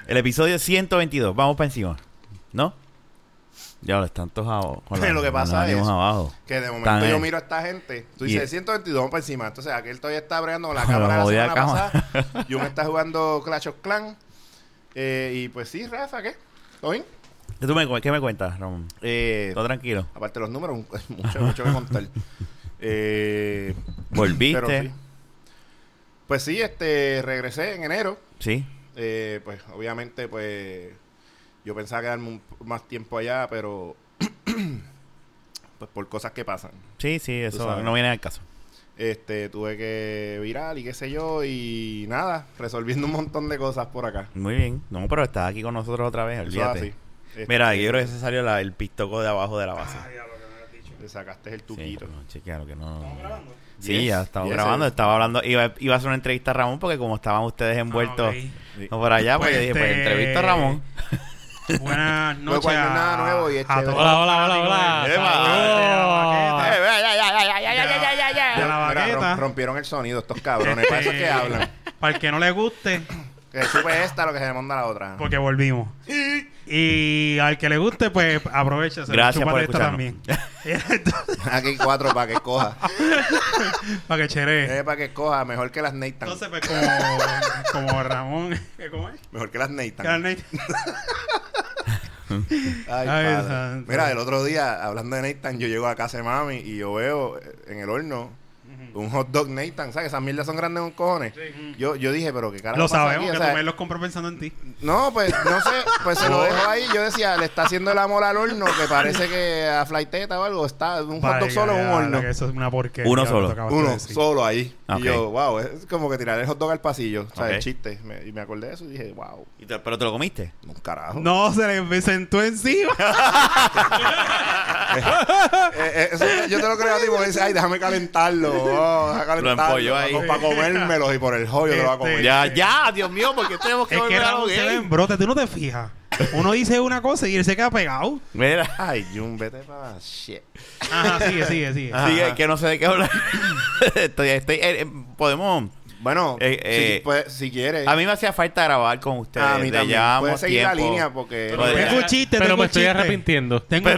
El episodio 122. Vamos para encima. ¿No? Ya lo están todos abajo. Lo que pasa es abajo. que de momento yo miro a esta gente. Tú dices 122, vamos para encima. Entonces aquel todavía está bregando con la cámara de la semana pasada. Jun está jugando Clash of Clans. Y pues sí, Rafa, ¿qué? ¿Todo bien? ¿Qué me cuentas, Ramón? Todo tranquilo. Aparte de los números, mucho que contar. ¿Volviste? Pero sí. Pues sí, regresé en enero. Sí. Pues obviamente, pues yo pensaba quedarme más tiempo allá, pero pues por cosas que pasan. Sí, eso no viene al caso. Tuve que virar y qué sé yo, y nada, resolviendo un montón de cosas por acá. Muy bien. No, pero estás aquí con nosotros otra vez, olvídate. Mira, yo creo que se salió el pistoco de abajo de la base. Ya lo que me has dicho. Le sacaste el tuquito. Sí, no, chequea lo que no. ¿Estamos grabando? Sí, ya estamos grabando. Estaba hablando, iba a hacer una entrevista a Ramón porque como estaban ustedes envueltos por allá, pues yo dije, pues entrevista a Ramón. Buenas noches. No hay nada nuevo y es chévere. Hola. De la baqueta. Rompieron el sonido estos cabrones. Para eso es que hablan. Para el que no le guste, Que chupe esta lo que se le manda la otra. porque volvimos. Y al que le guste, pues aprovecha. Gracias por esta escucharnos. también. Aquí hay 4 para que escoja. Para que chere. Para que escoja. Mejor que las Nathan. Entonces, pues como Ramón. ¿Cómo es? Mejor que las Nathan. Carne. Ay, padre. Mira, el otro día, hablando de Nathan, yo llego a casa de mami y yo veo en el horno un hot dog Nathan. ¿Sabes? Esas mierdas son grandes con cojones. Sí. Yo dije, pero qué carajo Lo pasa sabemos, aquí? que tú me los compras pensando en ti. No, pues, no sé. Pues se lo dejo ahí. Yo decía, le está haciendo el amor al horno, que parece que a flighteta o algo. Está un hot dog solo en un horno. Eso es una porquería. Uno solo. Uno solo ahí. Okay. Y yo, wow, es como que tirar el hot dog al pasillo. O sea, el chiste. Y me acordé de eso y dije, wow. ¿Pero te lo comiste? Un carajo. No, se le sentó encima. Eso, yo te lo creo a ti porque dice, ay, déjame calentarlo. Déjame calentarlo. Ahí. Para comérmelos y por el joyo te lo va a comer. Ya, Dios mío, porque tenemos que volver a lo se gay. ven, brote, tú no te fijas. Uno dice una cosa y él se queda pegado. Mira. Ay, Jun, vete para shit. Ajá, sigue. Ajá. Sigue, que no sé de qué hablar. Podemos... Bueno, si quieres. A mí me hacía falta grabar con ustedes. A mí también. Puedes seguir la línea porque... Tengo un chiste, pero me estoy arrepintiendo. Tengo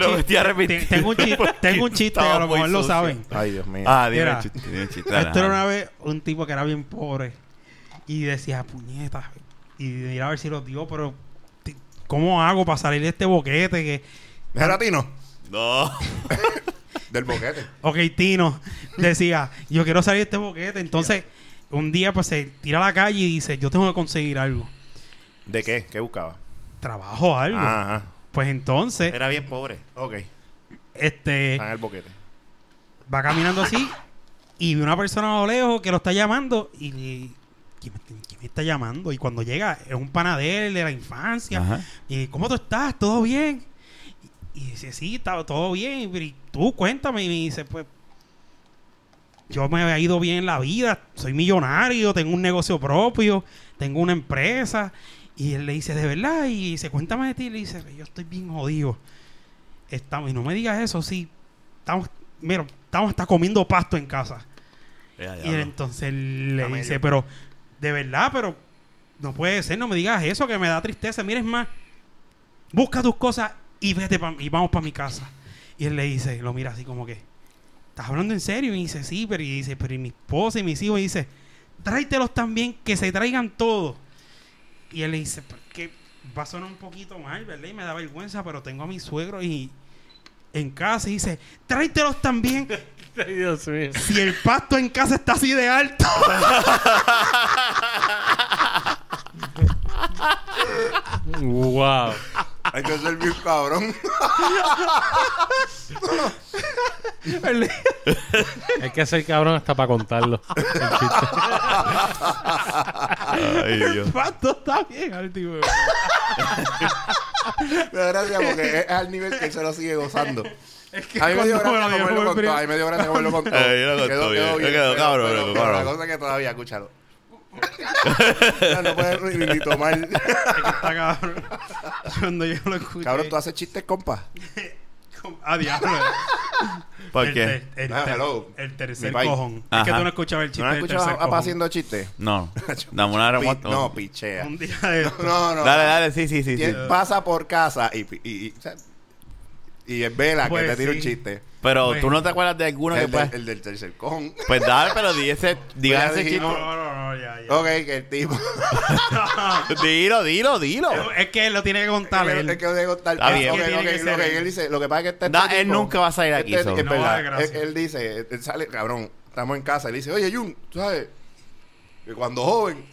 un chiste, a lo mejor lo saben. Ay, Dios mío. Dime el chiste. Esto era una vez un tipo que era bien pobre y decía, puñetas, y mira a ver si los dio, pero ¿cómo hago para salir de este boquete? Que ¿Era Tino? No. Del boquete. Ok, Tino decía, yo quiero salir de este boquete. Entonces, un día pues se tira a la calle y dice, yo tengo que conseguir algo. ¿De qué? ¿Qué buscaba? Trabajo, algo. Ajá. Pues entonces... Era bien pobre. Ok. Está en el boquete. Va caminando así y ve una persona a lo lejos que lo está llamando y le... ¿Quién me está llamando? Y cuando llega, es un panadero de la infancia. Ajá. Y ¿cómo tú estás? ¿Todo bien? Y dice, sí, está todo bien. Y tú, cuéntame. Y me dice, pues, yo me he ido bien en la vida. Soy millonario, tengo un negocio propio, tengo una empresa. Y él le dice, ¿de verdad? Y dice, cuéntame de ti. Y le dice, yo estoy bien jodido. Y no me digas eso, sí. Estamos hasta comiendo pasto en casa. Y él entonces le dice, pero, de verdad, pero no puede ser, no me digas eso, que me da tristeza. Mira, es más, busca tus cosas y vete y vamos para mi casa. Y él le dice, lo mira así como que, ¿estás hablando en serio? Y dice, sí, pero y mi esposa y mis hijos. Y dice, tráetelos también, que se traigan todos. Y él le dice, que va a sonar un poquito mal, ¿verdad? Y me da vergüenza, pero tengo a mi suegro y en casa. Y dice, tráetelos también. Ay, Dios mío. Si el pasto en casa está así de alto. Wow. Hay que ser bien cabrón. Hay que ser cabrón hasta para contarlo. El chiste. Ay, Dios. El pasto está bien alto. Me da gracia porque es al nivel que él se lo sigue gozando. Es que A mí me dio cuando gracia me lo comerlo dijo con todo. A mí me dio gracia comerlo con todo. Yo lo contó bien. Quedó cabrón. Pero la cosa es que todavía, escúchalo. No puedes ni tomar. Es que está cabrón. Cuando yo lo escuché. Cabrón, ¿tú haces chistes, compa? A diablo. ¿Por qué? El tercer cojón. Ajá. Es que tú no escuchabas el chiste. ¿No has escuchado a Papá haciendo chistes? No. Dame una remota. No, pichea. Un día de... No. Dale, sí. Pasa por casa y es Vela Pues que te tira sí. un chiste. Pero Pues, tú no te acuerdas de alguno que pueda... El del tercer cojón. Pues dale, pero diga ese chiste. No, ya. Ok, que el tipo... Dilo. Es que él lo tiene que contar él. Es que lo debo contar. Está bien. Ok, Tiene que ser él dice... Lo que pasa es que Él nunca va a salir aquí. Es solo. verdad. gracias. Él dice... Él sale... Cabrón, estamos en casa. Él dice... Oye, Jun, ¿tú sabes? Que cuando joven...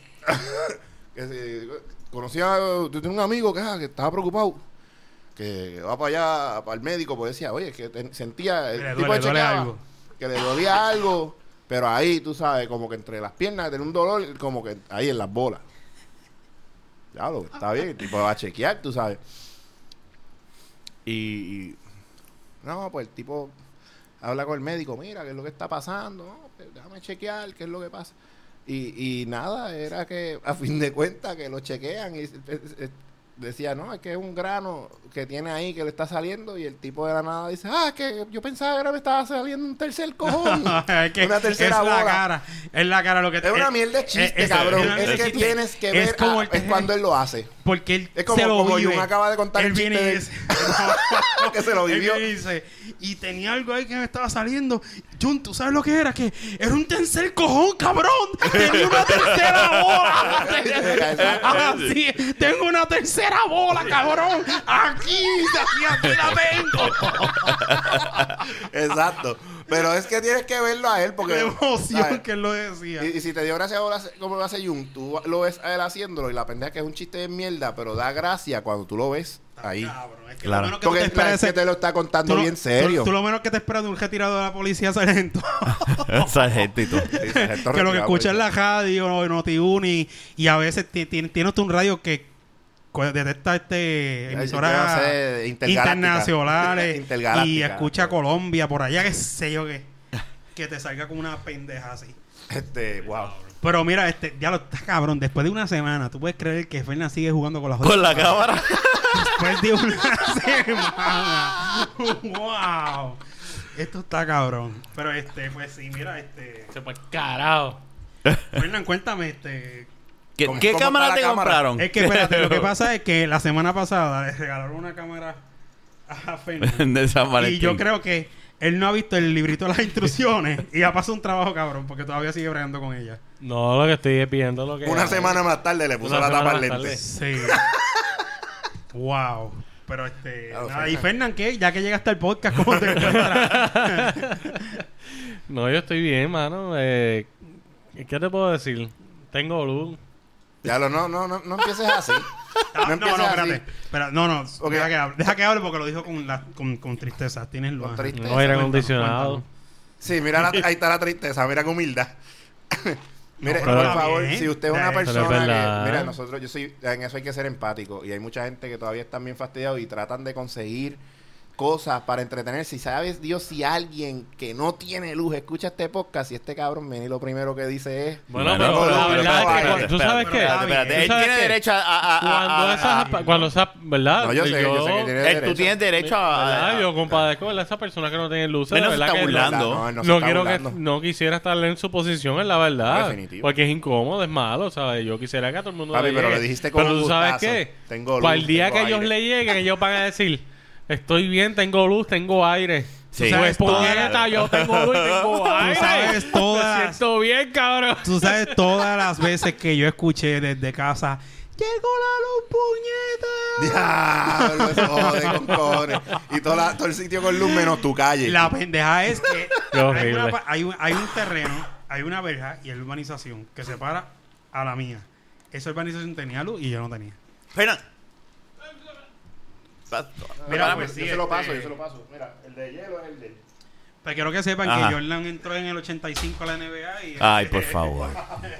Tenía un amigo que estaba preocupado. Que va para allá, para el médico, pues decía, oye, que sentía, el tipo de chequeaba que le dolía algo, pero ahí, tú sabes, como que entre las piernas tenía un dolor, como que ahí en las bolas. Claro, está bien, el tipo va a chequear, tú sabes. Y no, pues el tipo habla con el médico, mira, ¿qué es lo que está pasando? No, pues déjame chequear, ¿qué es lo que pasa? Y nada, era que a fin de cuentas que lo chequean y decía, no, es que es un grano que tiene ahí que le está saliendo y el tipo de la nada dice, es que yo pensaba que ahora me estaba saliendo un tercer cojón. Es que una tercera bola. Es la cara lo que es una mierda de chiste, cabrón. Es que tienes que ver es cuando él lo hace. Porque él es como, se lo vive. Jun acaba de contar el chiste de que se lo vivió. Él dice, y tenía algo ahí que me estaba saliendo. Jun, ¿tú sabes lo que era? Que era un tercer cojón, cabrón. Tenía una tercera bola. Sí, tengo una tercera bola, cabrón. Aquí la tengo. Exacto. Pero es que tienes que verlo a él porque... La emoción, ¿sabes? que él lo decía. Y si te dio gracia ahora como lo hace Jun, tú lo ves a él haciéndolo y la pendeja que es un chiste de mierda, pero da gracia cuando tú lo ves ahí. Cabrón, es que Claro. lo menos que Porque tú te esperas es que te lo está contando bien serio. Tú lo menos que te esperas de un retirado de la policía, sargento. Sargento y todo. Sí, sargento Que lo que retirado, escuchas en pues. la radio, en Noti1 y a veces tiene usted un radio que detecta emisoras internacionales y escucha Colombia por allá, que sé yo que te salga con una pendeja así. Wow. Pero mira, ya lo está cabrón. Después de una semana, ¿tú puedes creer que Fernan sigue jugando con la Con la cámara. Después de una semana. ¡Wow! Esto está cabrón. Pero pues sí, mira, Se fue carajo. Fernan, cuéntame, ¿Qué cámara te compraron? Es que espérate, lo que pasa es que la semana pasada le regalaron una cámara a Fernan. De San Valentín. Y yo creo que él no ha visto el librito de las instrucciones y ha pasado un trabajo cabrón porque todavía sigue bregando con ella. No, lo que estoy pidiendo lo que... Una semana más tarde le puso la tapa al lente. Sí. Wow. Pero Claro, nada, y Fernan, ¿qué? Ya que llegaste al podcast, ¿cómo te encuentras? No, yo estoy bien, mano. ¿Qué te puedo decir? Tengo luz. Ya no empieces así. No empieces espérate. así. Espera, no. Okay. Deja que hable porque lo dijo con tristeza. Tienes luz. Con tristeza. No aire acondicionado. Sí, mira, ahí está la tristeza. Mira qué humildad. Mire, pero por favor, bien. si usted es una Pero es persona verdad. que... Mira, en eso hay que ser empático. Y hay mucha gente que todavía están bien fastidiados y tratan de conseguir cosas para entretenerse. Y sabes, Dios, si alguien que no tiene luz escucha este podcast y este cabrón viene y lo primero que dice es... Bueno, pero la verdad es que... ¿Tú sabes qué? Espérate. Él tiene derecho Cuando esa... ¿Verdad? No, yo sé que tiene derecho. Tú tienes derecho ¿verdad? Yo compadezco a esa persona que no tiene luz. Él no se está burlando. No Quiero que... No quisiera estar en su posición, es la verdad. No, definitivo. Porque es incómodo, es malo, ¿sabes? Yo quisiera que a todo el mundo Papi, le pero llegue. le dijiste con Pero un tú sabes gustazo. qué. Tengo luz, para el día tengo que ellos aire. le lleguen, ellos van a decir... Estoy bien, tengo luz, tengo aire. Sí. Pues puñeta, yo tengo luz y tengo aire. Tú sabes todas... Me siento bien, cabrón. Tú sabes todas las veces que yo escuché desde casa... ¡Llegó la luz, puñeta! Diablo, eso jode con cojones. Y todo el sitio con luz menos tu calle. La pendeja es que Qué horrible. hay un terreno, hay una verja y hay urbanización que separa a la mía. Esa urbanización tenía luz y yo no tenía. Fernan. Mira, pues sí, yo se lo paso. Mira, el de hielo es el de él. Pero quiero que sepan Ajá. que Jordan entró en el 85 a la NBA y... Ay, por favor.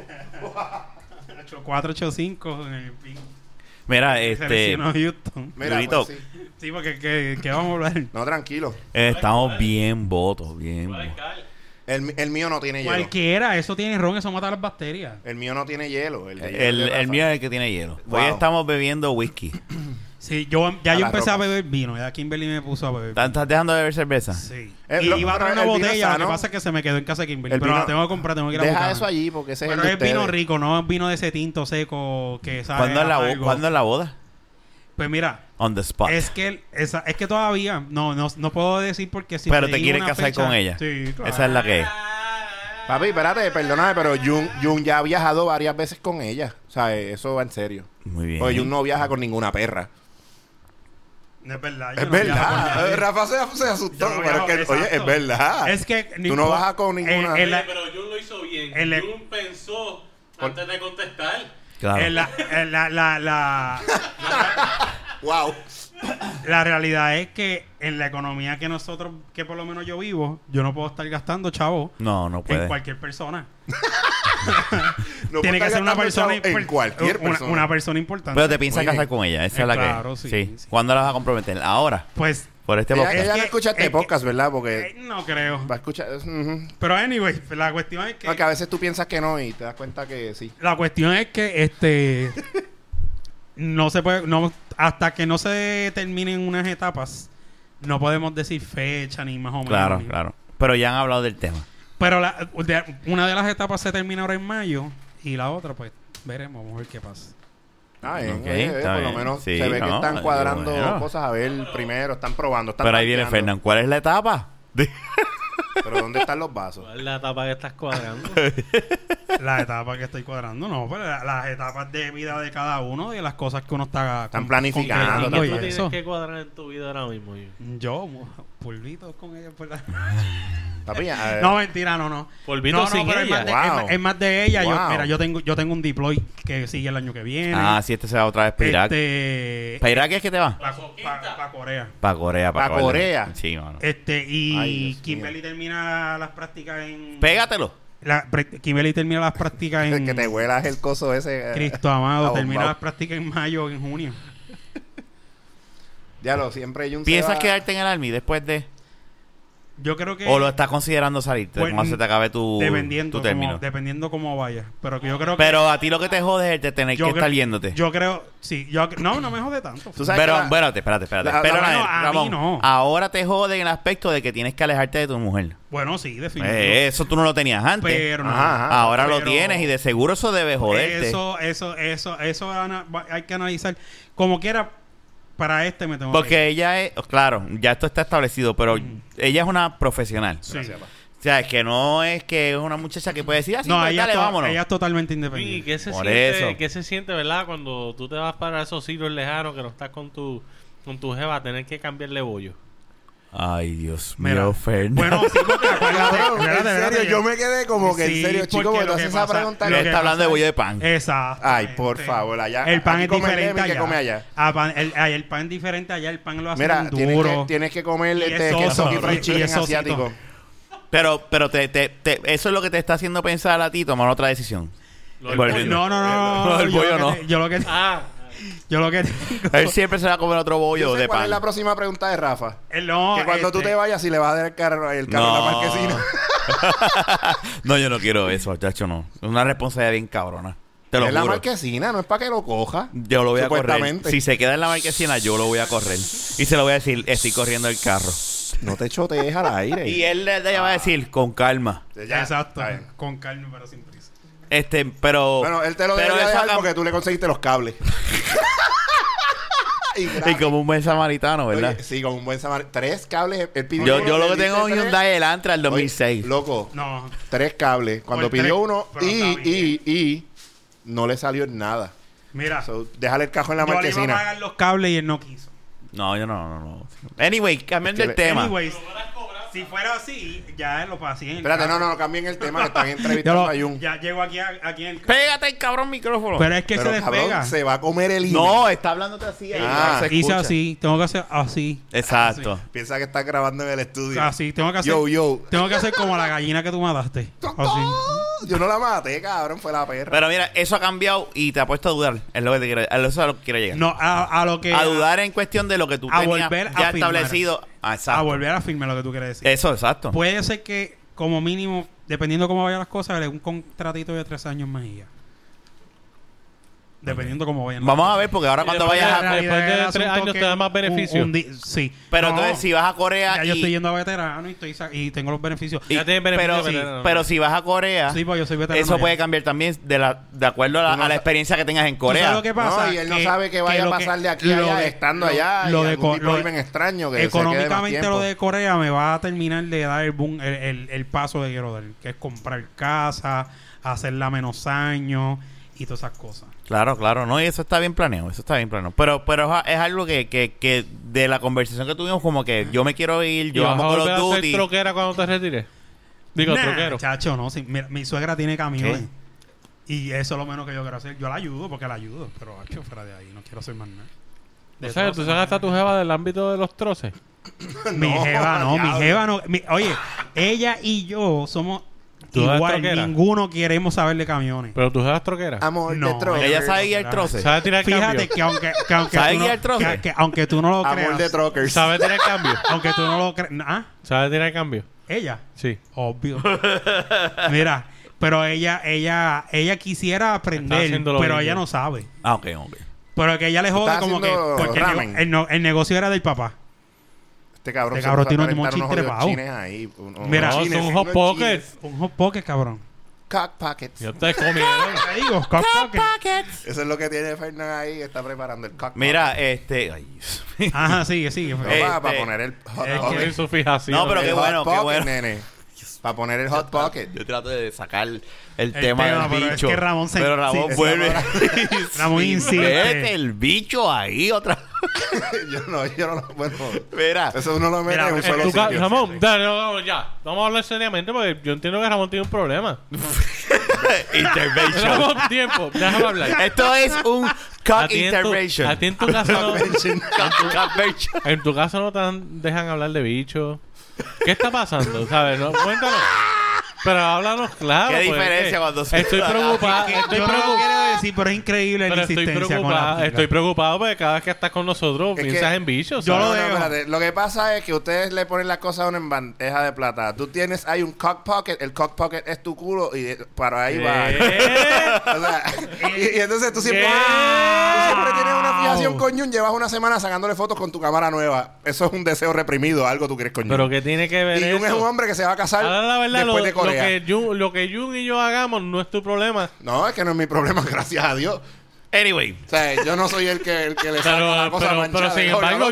4-8-5 en el pin. Mira, Seleccionó Houston. Mira, Lurito. pues, sí. Sí, porque ¿qué vamos a hablar? No, tranquilo. Estamos bien votos, bien. El mío no tiene hielo. Cualquiera, eso tiene ron, eso mata las bacterias. El mío no tiene hielo. El de hielo El mío es el que tiene hielo. Wow. Hoy estamos bebiendo whisky. Sí, yo empecé a beber vino. Ya Kimberly me puso a beber. ¿Estás dejando de beber cerveza? Sí. Y iba a traer una botella. Lo que pasa es que se me quedó en casa de Kimberly. Pero la tengo que comprar, tengo que ir a buscar. Deja eso allí porque ese pero es el de vino ustedes. rico, no es vino de ese tinto seco que sabe. ¿Cuándo es la boda? Pues mira. On the spot. Es que todavía no puedo decir porque si pero te te quieres casar fecha, con ella. Sí, claro. Esa es la que es. Papi, espérate, perdóname, pero Jun ya ha viajado varias veces con ella. O sea, eso va en serio. Muy bien. Porque Jun no viaja con ninguna perra. No es verdad. Es verdad. Rafa se asustó. Pero es que, oye, es verdad. Es que tú no bajas con ninguna. Pero Jun lo hizo bien. Jun pensó antes de contestar. Claro. Wow. La realidad es que en la economía que por lo menos yo vivo, yo no puedo estar gastando, chavo. No puede. En cualquier persona. No tiene que ser una persona en cualquier persona. una persona importante. Pero te piensas casar con ella. Esa es la claro, que. sí. ¿Cuándo la vas a comprometer? Ahora. Pues. Por este podcast. Ella no escucha este podcast, ¿verdad? Porque no creo. va a escuchar. Pero anyway, la cuestión es que. Porque a veces tú piensas que no y te das cuenta que sí. La cuestión es que no se puede, hasta que no se terminen unas etapas, no podemos decir fecha ni más o menos. Claro, claro. Pero ya han hablado del tema. Pero una de las etapas se termina ahora en mayo y la otra, pues, veremos, vamos a ver qué pasa. Por lo menos sí, se ve que están cuadrando cosas. A ver, primero, están probando. Pero ahí viene Fernán. ¿Cuál es la etapa? ¿Pero dónde están los vasos? ¿Cuál es la etapa que estás cuadrando? La etapa que estoy cuadrando, no, pero las etapas de vida de cada uno, de las cosas que uno están planificando. ¿Qué tú tienes que cuadrar en tu vida ahora mismo? Yo, polvitos con ella, por la... Papi, no, mentira, no. Polvitos sin pero ella. es más de ella. Wow. Yo tengo un deploy que sigue el año que viene. Ah, sí, este se va otra vez para Irak. ¿Para Irak es que te va? Para Corea. Para Corea. Para Corea. Sí, mano. Y Kimberly termina las prácticas en... Pégatelo. Kimberly termina las prácticas en... que te huelas el coso ese. Cristo amado, termina las prácticas en mayo o en junio. Ya siempre Jun ¿Piensas quedarte en el Army después de...? Yo creo que... ¿O lo estás considerando salirte? Pues, ¿Cómo se te acabe tu término? Dependiendo cómo vaya. Pero que yo creo que... Pero a ti lo que te jode es el de tener que estar yéndote. Yo creo... Sí. No me jode tanto. Pero, espérate. Pero a mí no. Ahora te jode en el aspecto de que tienes que alejarte de tu mujer. Bueno, sí, definitivamente. Eso tú no lo tenías antes. Pero no. Ahora lo tienes y de seguro eso debe joderte. Eso hay que analizar. Como quiera... Para me tengo porque que ir. ella es... Claro, ya esto está establecido, pero ella es una profesional. Sí. O sea, es que no es que es una muchacha que puede decir así, no, pues, dale, vámonos. Ella es totalmente independiente. ¿Y qué se siente, verdad? Cuando tú te vas para esos sitios lejanos que no estás con tu jeva, tener que cambiarle bollo. Ay, Dios mío, Fernando. Bueno, sí, porque en serio, yo me quedé como que en serio, chico, porque tú haces esa pregunta. Le está hablando de bollo de pan. Exacto. Ay, por favor, allá. El pan es diferente allá. Que come allá. El pan es diferente allá, el pan lo hace duro. Tienes que comer queso y fried chicken asiático. Pero eso es lo que te está haciendo pensar a ti tomar otra decisión. No. El bollo no. Yo lo que digo... Él siempre se va a comer otro bollo de pan. ¿Cuál es la próxima pregunta de Rafa? No, que cuando tú te vayas, si le vas a dar el carro en la marquesina. No, yo no quiero eso, muchacho, no. Es una responsabilidad bien cabrona. Te lo juro. Es la marquesina, no es para que lo coja. Yo lo voy a correr. Si se queda en la marquesina, yo lo voy a correr. Y se lo voy a decir, estoy corriendo el carro. No te chotees al aire. Y él le va a decir, con calma. Exacto. Con calma, pero sin prisa. Pero... Bueno, él te lo debe dejar porque tú le conseguiste los cables. Y como un buen samaritano, ¿verdad? Oye, sí, como un buen samaritano. 3 cables. Él pidió yo lo que tengo es un Hyundai Elantra del 2006. Oye, loco. No. 3 cables. Cuando pidió uno y no le salió nada. Mira. Déjale el cajo en la marquesina. Yo le iba a pagar los cables y él no quiso. No, yo no. Anyway, cambiando el tema. Anyways, si fuera así, ya lo pasé. Espérate, no, cambien el tema que están entrevistando a Jun. Ya llego aquí en el... Pégate el cabrón micrófono. Pero es que se despega. Cabrón, se va a comer el hilo. No, está hablándote así. Hice así, tengo que hacer así. Exacto. Así. Piensa que estás grabando en el estudio. Así, tengo que hacer... Tengo que hacer como la gallina que tú mataste. Así. Yo no la maté, cabrón, fue la perra. Pero mira, eso ha cambiado y te ha puesto a dudar. Es lo que te quiero, eso es a lo que quiero llegar. No, a lo que... A dudar en cuestión de lo que tú tenías ya establecido. Exacto. A volver a firmar lo que tú quieres decir. Eso, exacto. Puede ser que, como mínimo, dependiendo cómo vayan las cosas, le dé un contratito de 3 años más y ya. Dependiendo cómo vayan. Vamos a ver, porque ahora cuando vayas a... Después de 3 años te da más beneficios. Sí. Pero entonces si vas a Corea ya yo estoy yendo a veterano y tengo los beneficios. Ya tienes beneficios de veterano. Pero si vas a Corea... Sí, pues yo soy veterano. Eso puede cambiar también de acuerdo a la experiencia que tengas en Corea. ¿Sabes lo que pasa? No, y él no sabe qué vaya a pasar de aquí a allá, estando allá. Lo de extraño que económicamente lo de Corea me va a terminar de dar el boom, el paso que quiero dar, que es comprar casa, hacerla menos años y todas esas cosas. Claro, no, y eso está bien planeado, Pero es algo que de la conversación que tuvimos, como que yo me quiero ir, yo vamos con los Duty. ¿Troquera cuando te retires? Digo, troquero. Chacho, no, sí, mi suegra tiene camiones. Y eso es lo menos que yo quiero hacer. Yo la ayudo porque la ayudo, pero chacho, fuera de ahí, no quiero hacer más nada. O sea, ¿tú sabes hasta tu jeva del ámbito de los troces? Mi jeva no. Oye, ella y yo somos igual, ninguno queremos saber de camiones. Pero tú sabes troquera. Amor no, de troque. Ella sabe guiar el troce. ¿Sabe tirar Fíjate cambio? que aunque tú no lo creas. Amor de truckers. ¿Sabe tirar cambio? Aunque tú no lo creas. ¿Ah? ¿Sabe tirar cambio? ¿Ella? Sí. Obvio. Mira, pero ella quisiera aprender, pero ella no sabe. Ok. Pero que ella le jode como que porque el negocio era del papá. Este cabrón tiene un mochín trepado. Mira, son hot pockets. Un hot pocket, cabrón. Cock pockets. Yo te comieron. Te digo, cock pockets. Eso es lo que tiene Fernan ahí. Está preparando el cock Mira, pocket. Ajá, sigue. Para poner el hot pocket. Su fijación. No, pero qué bueno. Nene. Para poner el hot pocket. Yo trato de sacar el tema del bicho. Es que Ramón pero Ramón vuelve. Ramón insiste. Mete el bicho ahí otra vez. yo no. Bueno, mira, eso uno lo mete en un solo sitio. Ramón, ya. Vamos a hablar seriamente porque yo entiendo que Ramón tiene un problema. Intervention. Ramón, tiempo. Déjame hablar. Esto es un cock intervention. A ti en tu caso no... En tu caso no te dejan hablar de bicho. ¿Qué está pasando? ¿Sabes? ¿No? Cuéntanos. Pero háblanos claro. ¿Qué diferencia cuando se... Estoy preocupado. Yo no lo quiero decir, pero es increíble la insistencia. Estoy preocupado porque cada vez que estás con nosotros piensas en bichos. Lo que pasa es que ustedes le ponen las cosas a uno en bandeja de plata. Tú hay un cock pocket. El cock pocket es tu culo y para ahí va. O sea, y entonces tú siempre tienes una fijación con Jun. Llevas una semana sacándole fotos con tu cámara nueva. Eso es un deseo reprimido. Algo tú quieres con Jun. Pero ¿qué tiene que ver y Jun es un hombre que se va a casar después de Corea. Lo que Jun y yo hagamos no es tu problema. No, es que no es mi problema, gracias a Dios. Anyway. O sea, yo no soy el que le saca la cosa manchada. Pero sin embargo,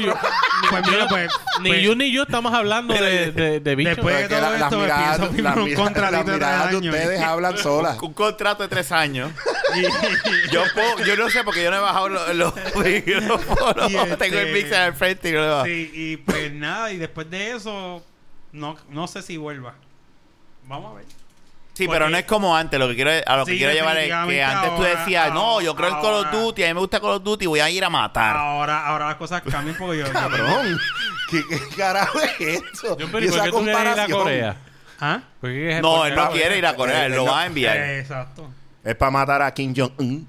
ni Jun ni yo estamos hablando de bichos. Después de todo esto, las miradas de ustedes hablan solas. Un contrato de 3 años. yo no sé porque yo no he bajado los tengo el mixer al frente y no lo he bajado. Sí, y pues nada, y después de eso no sé si vuelva. Vamos a ver. Sí, porque, pero no es como antes. Lo que quiero llevar es que antes tú decías, no, yo creo en Call of Duty, a mí me gusta Call of Duty, voy a ir a matar. Ahora las cosas cambian porque yo... Cabrón, ¿qué carajo es eso? ¿Por qué tú quieres ir a Corea? ¿Ah? No, él no quiere ir a Corea, él lo va a enviar. Exacto. Es para matar a Kim Jong-un.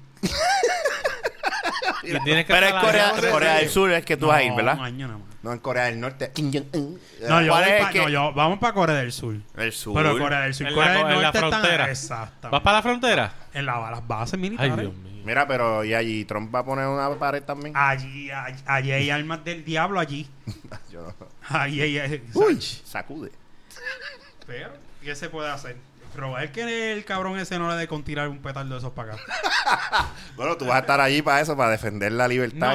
Pero es Corea del Sur es que tú vas a ir, ¿verdad? No, en Corea del Norte. Kim Jong-un. Vamos para Corea del Sur. El Sur. Pero Corea del Sur. Corea del Norte en la frontera. Exacto. ¿Vas para la frontera? En las bases militares. Ay, Dios mío. Mira, pero ¿y allí Trump va a poner una pared también? Allí hay armas del diablo allí. Yo no. Allí hay... Uy, sacude. Pero, ¿qué se puede hacer? Pero es que el cabrón ese no le dé con tirar un petardo de esos para acá. Bueno, tú vas a estar allí para eso, para defender la libertad.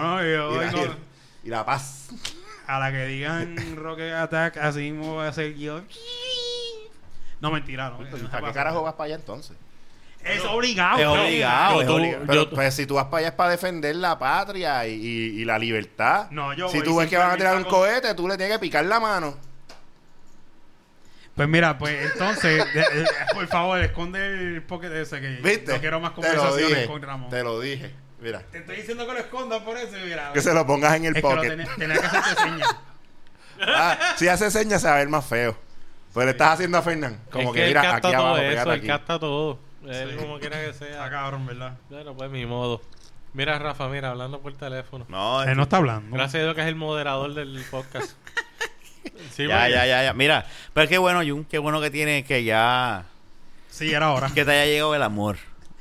Y la paz. A la que digan Rocket Attack, así mismo voy a hacer yo. No, mentira, no. ¿Para qué carajo vas para allá entonces? Es obligado. Es obligado. Pero pues si tú vas para allá es para defender la patria y la libertad. No, si tú ves que van a tirar un cohete, tú le tienes que picar la mano. Pues mira, pues entonces, por favor, esconde el pocket ese que ¿viste? No quiero más conversaciones con Ramón. Te lo dije. Mira. Te estoy diciendo que lo escondas por eso, mira. Que se lo pongas en el pocket. Tenía que hacerte señas. Si hace señas se va a ver más feo. Pues le estás haciendo a Fernán. Como que mira, aquí abajo, pégate aquí. Él capta todo. Él como quiera que sea. Está cabrón, ¿verdad? Bueno, pues mi modo. Mira, Rafa, hablando por teléfono. No, él no está hablando. Gracias a Dios que es el moderador del podcast. Sí, ya. Mira, pero qué bueno, Jun, qué bueno que tiene que ya... Sí, era hora. Que te haya llegado el amor.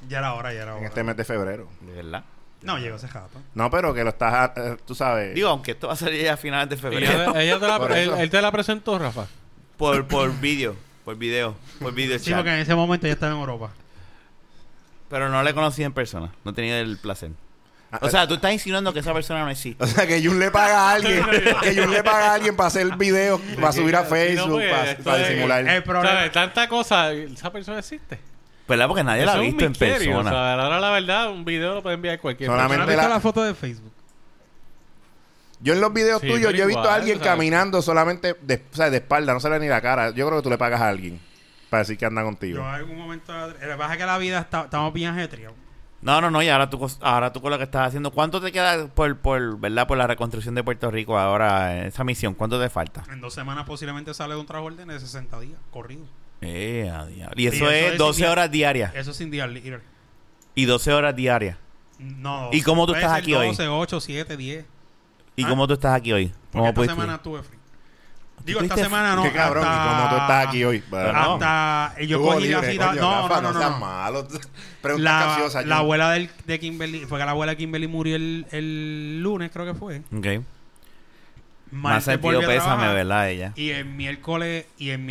Ya era hora, ya era En hora. este mes de febrero. ¿De verdad? No, llegó ese jato. No, pero que lo estás, tú sabes. Digo, aunque esto va a salir a finales de Y febrero. él te la presentó, Rafa. por video. Por video Sí, chat. porque en ese momento ya estaba en Europa. Pero no le conocí en persona. No tenía el placer. O sea, tú estás insinuando que esa persona no existe. O sea, que Jun le paga a alguien. Que Jun le paga a alguien para hacer videos, para subir a Facebook, esto para es- disimular. El problema... ¿Sabes? Tanta cosa, esa persona existe. ¿Verdad? Porque nadie la ha Eso es visto un en misterio, persona. O sea, ahora la verdad, un video lo puede enviar cualquier Solamente ¿No has persona. visto la- la foto de Facebook? Yo en los videos Sí, tuyos, pero yo he visto igual, a alguien ¿sabes? caminando solamente o sea, de espalda, no se le ve ni la cara. Yo creo que tú le pagas a alguien para decir que anda contigo. Yo en algún momento... Lo que pasa es que la vida estamos bien ajetreados. No, y ahora tú con lo que estás haciendo, ¿cuánto te queda ¿verdad? Por la reconstrucción de Puerto Rico ahora, esa misión? ¿Cuánto te falta? En 2 semanas posiblemente sale un trabajo orden de 60 días, corrido. A diablo. Y eso eso es es 12 sin- horas diarias. Eso sin día libre. Y 12 horas diarias. No. ¿Y cómo tú puede estás ser aquí hoy? 12, 8, 7, 10. ¿Y ¿Ah? cómo tú estás aquí hoy? Porque ¿Cómo esta pudiste? semana estuve free. Digo, ¿Tuviste esta semana no. Qué cabrón, hasta- y como tú estás aquí hoy. Bueno, no. Hasta... Yo Estuvo cogí la libre, cita... coño, No, Rafa, no, seas no. malo. Preguntas capciosas. La Jun. abuela de Kimberly... Fue que la abuela de Kimberly murió el lunes, creo que fue. Ok. Más Martes sentido volví a pésame, trabajar. ¿verdad? Ella. Y el miércoles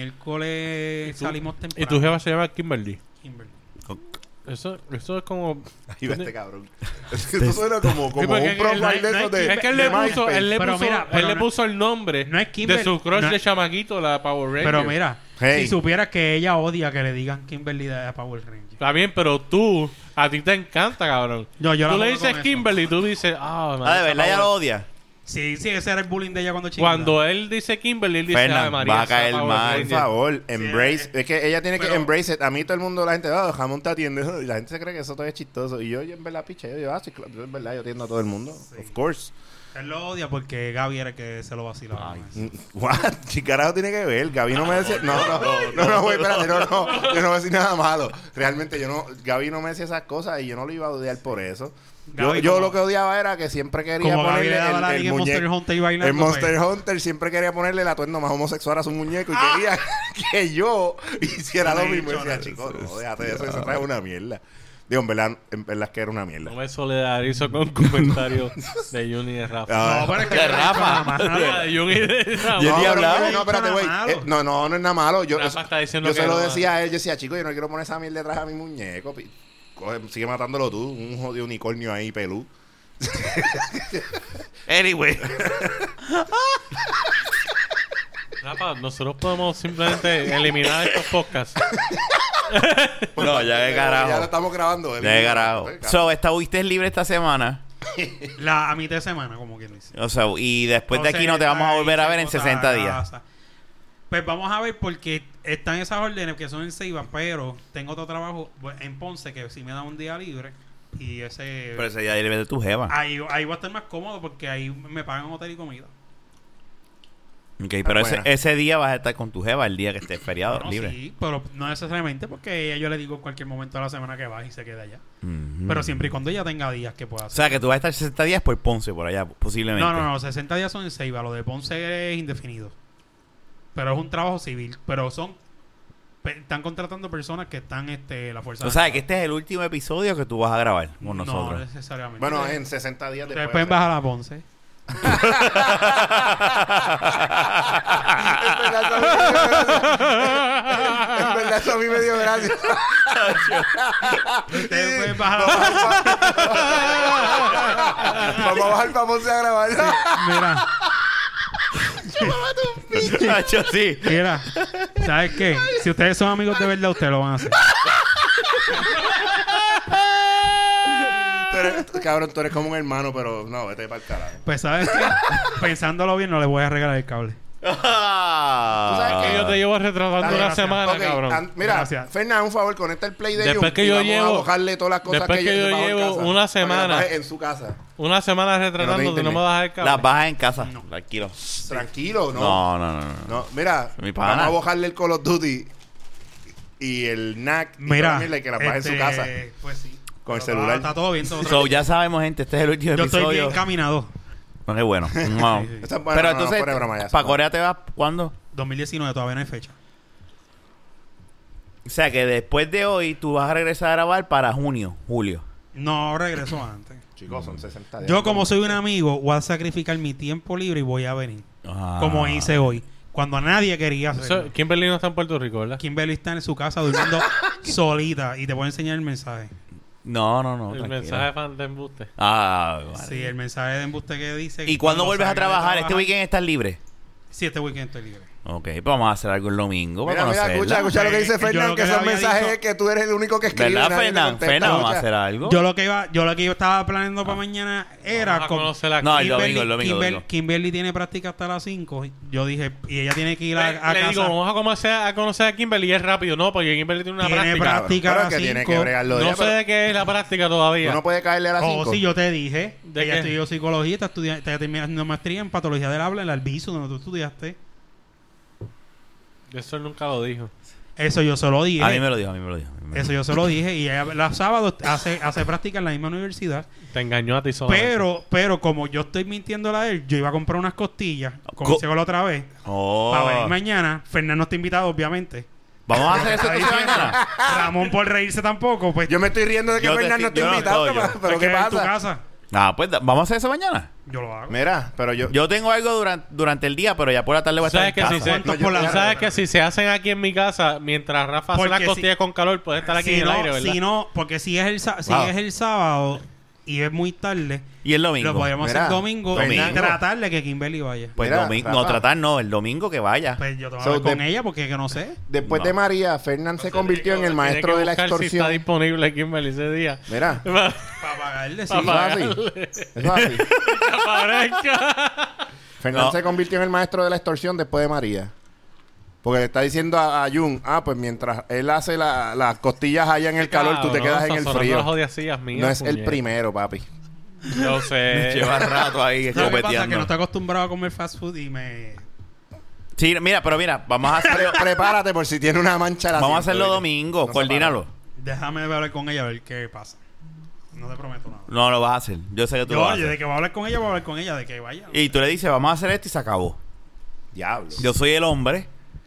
salimos temprano. Y tu jefa se llama Kimberly. Kimberly. Eso es como... Ahí va este cabrón. Esto suena como Sí, porque un es que profile no es- de no esos es de Es que él de le puso, MySpace. él le Pero puso, mira, pero él le no- puso el nombre no es de Kimberly, su crush no es- de chamaquito, la Power Ranger. Pero mira, Hey. si supieras que ella odia que le digan Kimberly de Power Ranger. Está bien, pero a ti te encanta, cabrón. Yo la Tú le jodo dices con eso. Kimberly, tú dices, De verdad ella lo odia. Sí, ese era el bullying de ella cuando chiquita. Cuando él dice Kimberly, él dice, Fernan, "Ave María, va a esa caer Power mal. Por Ranger". favor, embrace. Es que ella tiene que Pero- embrace it. A mí todo el mundo, la gente, jamón te atiende. Y la gente se cree que eso todo es chistoso. Y yo en verdad, piche, sí, claro, yo en verdad, yo atiendo a todo el mundo. Of course. Él lo odia porque Gaby era el que se lo vacilaba. Ay. What? ¿Qué carajo tiene que ver? Gaby no me decía... No, güey, espérate, no. Yo no voy a decir nada malo. Realmente, Gaby no me decía esas cosas y yo no lo iba a odiar por eso. Gaby, Yo como- lo que odiaba era que siempre quería Como Gaby ponerle le daba la el liga en Monster muñeco. Hunter y bailando. En Monster pues. Hunter siempre quería ponerle el atuendo más homosexual a su muñeco y quería que yo hiciera lo mismo. Y decía, chicos, no, déjate de eso, eso trae una mierda. Digo, en verdad es que era una mierda. No me solidarizo con comentarios de Juni y de Rafa. Ah, No, pero es que De Rafa. De Juni y de Rafa. Yo no, ni pero hablaba. no, espérate, güey. No es nada No es nada malo. Yo Rafa está diciendo yo que se lo no. decía a él. Yo decía, chico, yo no quiero poner esa mierda detrás a mi muñeco. Sigue matándolo tú. Un jodido unicornio ahí, pelú. Anyway. Rafa, nosotros podemos simplemente eliminar estos podcasts. No, ya de Ya lo carajo. estamos grabando. Ya de carajo. ¿Estuviste libre esta semana? A mitad de semana, como quien dice. O sea, y después de aquí no te Entonces, vamos a volver a ahí ver en se 60 cosa, días. casa. Pues vamos a ver porque están esas órdenes que son en Ceiba, pero tengo otro trabajo en Ponce que si me da un día libre y ese... Pero ese día libre de tu jeva. Ahí voy a estar más cómodo porque ahí me pagan hotel y comida. Ok, pero buena. ese día vas a estar con tu jeva el día que esté feriado, Bueno, libre. sí, pero no necesariamente porque yo le digo en cualquier momento de la semana que va y se queda allá. Ujú. Pero siempre y cuando ella tenga días que pueda O hacer. sea, que tú vas a estar 60 días por Ponce, por allá, posiblemente. No, 60 días son en Ceiba. Lo de Ponce es indefinido. Pero es un trabajo civil. Pero están contratando personas que están la fuerza. O sea, que este es el último episodio que tú vas a grabar con No nosotros. necesariamente. Bueno, en 60 días Ustedes después. pueden bajar a Ponce. En verdad, eso a mí me dio gracia. Ustedes pueden bajar Vamos a bajar para Ponce a grabar. Mira, Chacho, sí. mira. ¿Sabes qué? Si ustedes son amigos de verdad, ustedes lo van a hacer. Cabrón, tú eres como un hermano, pero no, vete para el carajo. Pues, ¿sabes qué? Pensándolo bien, no les voy a regalar el cable. Ah. Que yo te llevo retrasando una Gracias. semana, Ok, cabrón. mira, Gracias. Fernán, un favor, conecta el play de Después Jun que y yo vamos llevo- a bajarle todas las cosas después que yo bajo en llevo casa, una para que semana- las baje en su casa. Una semana retratando, Que no tú te no me vas a dejar cable. Las bajas en casa. Tranquilo. Tranquilo, ¿no? No. No, mira, Mi pana. vamos a bajarle el Call of Duty y el NAC y Mira. toda la mierda y que las baje en su casa. Pues sí. Con el Pero celular. Está todo bien. Todo So, tranquilo. ya sabemos, gente, este es el último Yo estoy episodio. bien encaminado. No, qué bueno. No. Sí. Esta es buena, Pero no, entonces, fuera de broma ya, ¿para no. Corea te vas cuándo? 2019 todavía no hay fecha. O sea que después de hoy tú vas a regresar a grabar para julio. No, regreso antes. Chicos, son 60 días. Yo, como soy un amigo, voy a sacrificar mi tiempo libre y voy a venir. Como hice hoy. Cuando nadie quería hacerlo. Kimberly no está en Puerto Rico, ¿verdad? Kimberly está en su casa durmiendo solita y te puedo enseñar el mensaje. No. El mensaje de embuste. Vale. Sí, el mensaje de embuste que dice... ¿Y cuándo vuelves a trabajar? ¿Este weekend estás libre? Sí, este weekend estoy libre. Ok, pues vamos a hacer algo el domingo. Mira, escucha lo que dice Fernan, que esos mensajes es que tú eres el único que escribe. ¿Verdad, Fernan? Fernan, vamos a hacer algo. Yo lo que estaba planeando para mañana era... No, el domingo. Kimberly tiene práctica hasta las 5. Yo dije, y ella tiene que ir a casa. Le digo, vamos a conocer a Kimberly y es rápido. No, porque Kimberly tiene una práctica a las 5. No sé de qué es la práctica todavía. Tú no puedes caerle a las 5. Oh, sí, yo te dije. Ella estudió psicología, está terminando maestría en patología del habla en el Albizu, donde tú estudiaste. Eso él nunca lo dijo. Eso yo se lo dije. A mí me lo dijo. Eso yo se lo dije. Y ella los sábados hace práctica en la misma universidad. Te engañó a ti solo. Pero como yo estoy mintiéndole a él, yo iba a comprar unas costillas, como hice la otra vez, para venir mañana. Fernando está invitado, obviamente. ¿Vamos a hacer eso esta mañana? Ramón por reírse tampoco. Pues yo me estoy riendo de que Fernando no está invitado. Pero ¿qué pasa? En tu casa. Pues vamos a hacer eso mañana. Yo lo hago. Mira, pero yo tengo algo durante el día, pero ya por la tarde voy a estar en casa. ¿Sabes que si se hacen aquí en mi casa, mientras Rafa hace las costillas con calor, puede estar aquí en el aire, ¿verdad? Si no, porque si es el sábado y es muy tarde, y el domingo lo podemos hacer domingo y tratar de que Kimberly vaya. Pues domingo, el domingo que vaya. Pues yo tengo que hablar con ella porque que no sé. Después de María, Fernán se convirtió en el maestro de la extorsión. Si está disponible Kimberly ese día. Mira. Para pagarle, sí. Es fácil. Fernán se convirtió en el maestro de la extorsión después de María. Porque le está diciendo a Jun, pues mientras él hace las costillas allá en el calor, tú te quedas en el frío. No es el primero, papi. Yo sé. Lleva rato ahí escopeteando. Lo que pasa es que no está acostumbrado a comer fast food y me... Sí, mira, vamos a hacer... Prepárate por si tiene una mancha. Vamos a hacerlo domingo, coordínalo. Déjame hablar con ella a ver qué pasa. No te prometo nada. No lo vas a hacer. Yo sé que tú lo vas a hacer. De que voy a hablar con ella, voy a hablar con ella. De que vaya. Y tú le dices, vamos a hacer esto y se acabó. Diablo. Yo soy el hombre.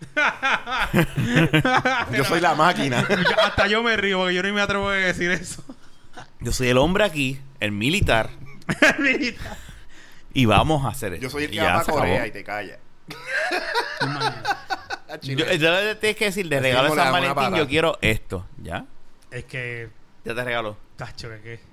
Yo soy la máquina. Hasta yo me río porque yo no me atrevo a decir eso. Yo soy el hombre aquí, el militar. El militar. Y vamos a hacer esto. Yo soy el que va a Corea y te calla. Yo le tienes que decir, de regalo de San Valentín, yo quiero esto. ¿Ya? Es que... Ya te regaló. Tacho, ¿de qué?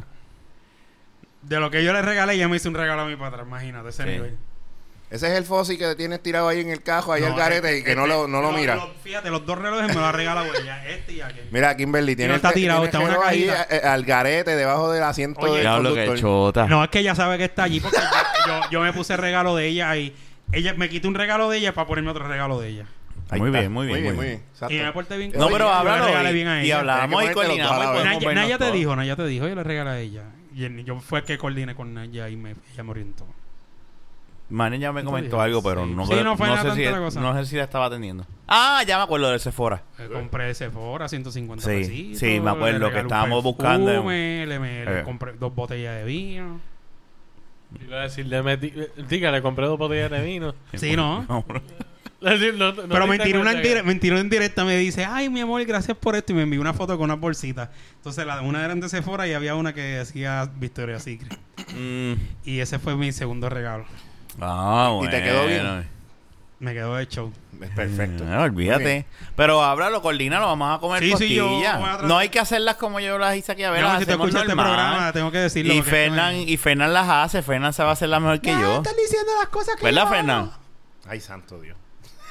De lo que yo le regalé, ella me hizo un regalo a mi patrón. Imagínate ese nivel. Ese es el Fossi que tienes tirado ahí en el cajo, ahí al garete, y que no lo mira. Fíjate, los dos relojes me lo ha regalado ella, este y aquel. Mira, Kimberly, tiene está tirado, está una ahí al garete, debajo del asiento del conductor. No, es que ella sabe que está allí porque yo me puse el regalo de ella y ella me quité un regalo de ella para ponerme otro regalo de ella. Muy bien. Y me porté bien. No, pero háblalo bien a ella. Y hablábamos y coordinamos. Naya te dijo, yo le regalé a ella. Y yo fue el que coordiné con Naya y ella me orientó. Manny ya me comentó algo, pero no sé si la estaba atendiendo. Ya me acuerdo del Sephora. Compré de Sephora, 150 pesitos. Sí, me acuerdo que estábamos buscando. Le compré 2 botellas de vino. Iba a decir, le compré 2 botellas de vino. Sí, ¿no? Pero me tiró en directa, me dice, ay, mi amor, gracias por esto. Y me envió una foto con una bolsita. Entonces, una era de Sephora y había una que decía Victoria's Secret. Y ese fue mi segundo regalo. Bueno. ¿Y te quedó bien? Me quedó de show. Es perfecto. Olvídate. Pero háblalo, coordínalo, vamos a comer costillas. No hay que hacerlas como yo las hice aquí. A ver, si te escuchas este programa, tengo que decirlo. Y Fernan las hace. Fernan se va a hacer la mejor que yo. Están diciendo las cosas que ¿verdad, Fernan? Ay, santo Dios.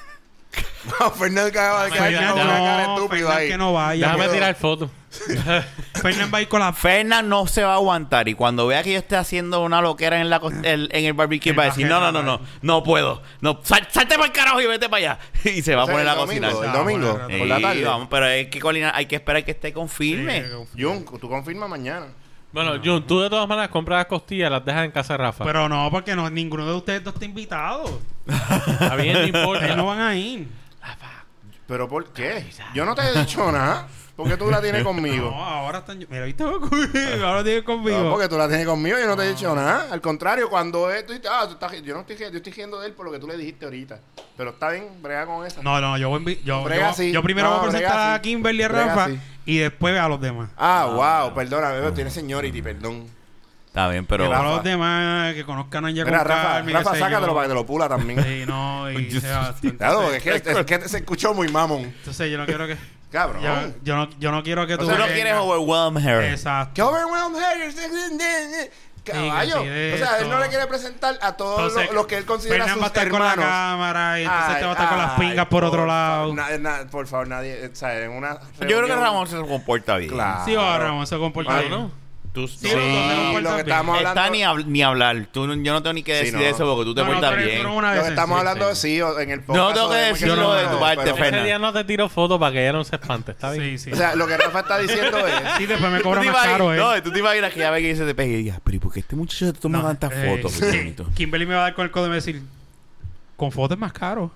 No, Fernan acaba de quedar con una cara estúpida ahí. Que no vaya. Déjame tirar fotos. Fernan va a ir con la... Fernan no se va a aguantar. Y cuando vea que yo esté haciendo una loquera en el barbecue, va a decir, no puedo. No, salte para el carajo y vete para allá. Y se va a poner a cocinar. El domingo, por la tarde. Vamos, pero hay que esperar que esté confirme. Jun, tú confirma mañana. Bueno, Jun, tú de todas maneras compras las costillas, las dejas en casa de Rafa. Pero no, porque ninguno de ustedes dos está invitado. Está bien, no importa. Ellos no van a ir. ¿Pero por qué? Yo no te he dicho nada. ¿Por qué tú la tienes conmigo? No, ahora están... Mira, ¿viste? Ahora tienes conmigo. No, porque tú la tienes conmigo, yo no te he dicho nada. Al contrario, cuando tú dices, yo estoy riendo de él por lo que tú le dijiste ahorita. Pero está bien, brega con eso. No, yo Brega así. primero voy a brega presentar a así. Kimberly y a Brega Rafa así. y después a los demás. Wow, perdona, bebé, tiene seniority, perdón. Está bien, pero... A los demás que conozcan a ella con Mira, Carmen, Rafa, qué sé sácatelo yo. para que te lo pula también. Sí, no, y Sebastián. Claro, porque es que se escuchó muy mamón. Entonces yo no quiero que... Cabrón. Yo no quiero que tú... Tú no vengas- quieres overwhelm her. Exacto. ¿Qué overwhelmed hair? Caballo. Sí, de O sea, él eso. no le quiere presentar a todos Entonces, los que él considera Fernan sus va a estar con la hermanos. cámara y entonces te va a estar con las pingas por otro lado. Por favor, nadie, o sea, en una Yo creo que reunión- Ramón se comporta bien. Claro. Sí, ahora Ramón se comporta Bueno, bien. ¿no? Tú Sí, Sí, los dos se comportan lo que bien. estamos hablando... Está ni hablar. Yo no tengo ni que Sí, decir no. eso porque tú te portas pero bien. tú eres una Lo que vez estamos sí, hablando sí. sí, en el No podcast. tengo que sabemos decirlo no, de tu parte, pero- Fernan. Ese día no te tiro fotos para que ella no se espante, ¿está bien? Sí, sí. O sea, lo que Rafa está diciendo es... Sí, después me Tú cobra pues, te más caro, imaginas- no, tú te imaginas que ya ve que dice te pegue y diga, pero ¿y por qué este muchacho te toma tantas fotos? sí. Qué bonito. Kimberly me va a dar con el codo y me va a decir, con fotos es más caro.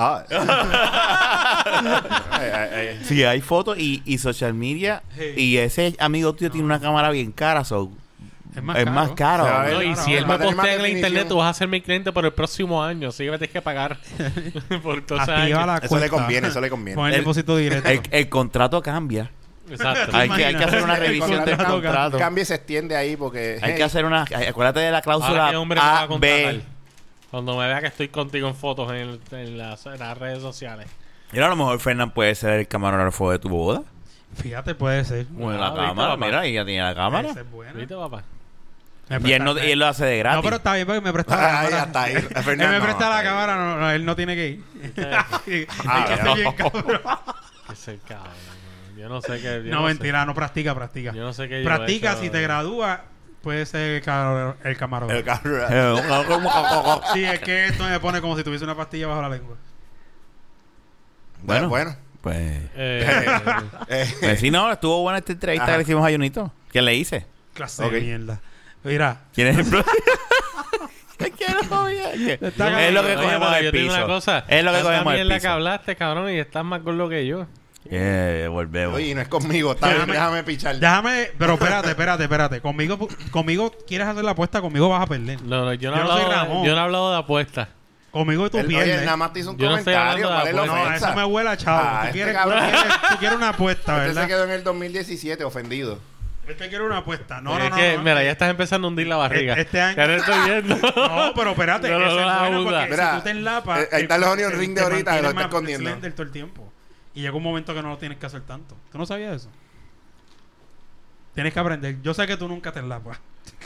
Sí, hay fotos y social media. Sí. Y ese amigo tuyo tiene una cámara bien cara. Es más es caro. más caro. Se va a ver- No, y Claro, si él va me a tener más postea en la definición. internet, tú vas a ser mi cliente por el próximo año. Así que me tienes que pagar por todos esos Activa años. la Eso cuenta. le conviene, eso le conviene. Con el El- depósito directo. El contrato cambia. Exacto. Hay que hacer una El revisión del contrato contrato. Cambia y se extiende ahí porque... Hay que hacer una... Acuérdate de la Ahora cláusula qué hombre me va a A, contratar. B. Cuando me vea que estoy contigo en fotos en las redes sociales. Mira, a lo mejor Fernan puede ser el camarógrafo de tu boda. Fíjate, puede ser. Bueno, la ¿viste, cámara, papá? mira, ella tiene la cámara. Esa es buena. ¿Viste, papá? Me Y él, presta- y él lo hace de gratis. No, pero está bien porque me presta la Ay, cámara. hasta ahí. Él me presta la cámara, no, él no tiene que ir. Hay que hacer bien, cabrón. Que se cabrón. Yo no sé qué. yo No, sé. mentira, no practica. Yo no sé qué. yo he Practica, hecho. si te gradúas, puede ser el camarógrafo. El carro. Sí, es que esto me pone como si tuviese una pastilla bajo la lengua. Bueno. Pues... Eh, Pues sí, no, estuvo buena esta entrevista Ajá. que le hicimos a Junito. ¿Qué le hice? Clase Ok. de mierda. Mira, ¿Quién es el Es que no, es lo que oye, cogemos pero del yo te digo piso. una cosa. Es lo que Tanta cogemos del mierda que piso. hablaste, cabrón, y estás más gordo que yo. Volvemos. Oye, no es conmigo. Está bien, déjame pichar. pero espérate. Conmigo quieres hacer la apuesta, conmigo vas a perder. No, yo no, Yo no soy Ramón. yo no he hablado de apuestas. Conmigo tú Él, pierdes. oye, nada más te hizo un Yo no estoy comentario. hablando de ¿Cuál es la apuestas. No, ofensa? eso me huele a chavo. Ah, tú, este quieres, cabrón. tú quieres una apuesta, Este se ¿verdad? quedó en el 2017 ofendido. Este quiere una apuesta. No, es no. que, mira, ya estás empezando a hundir la barriga. Este año- Ya lo estoy viendo. No, pero espérate. No, no, eso no, es bueno abusa. porque Mira, si tú te enlapas... ahí está el onion ring de te ahorita, mantienes lo está más escondiendo. slender todo el tiempo. Y llega un momento que no lo tienes que hacer tanto. ¿Tú no sabías eso? Tienes que aprender. Yo sé que tú nunca te enlapas.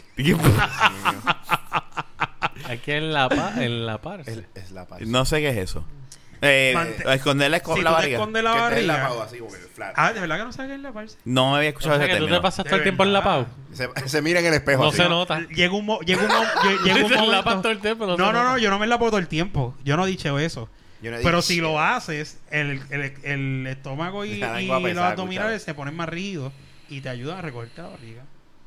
Hay que enlaparse. Es la paz. No sé qué es eso. Esconder Si la tú te barriga. escondes la Que esté barriga... enlapado así, como el flat. Ah, ¿de verdad que no sabes qué es enlaparse? No me había O escuchado sea, ese que tú te término. pasas todo el De tiempo verdad. enlapado. Se mira en el espejo. No así. se nota. Llega un Te momento... enlapas todo el tiempo. No, se nota. no, yo no me enlapo todo el tiempo. Yo no he dicho eso. Yo no he Pero dicho si shit. lo haces, el estómago y La lengua los pesada, abdominales se ponen más rígidos y te ayudan a recogerte la barriga.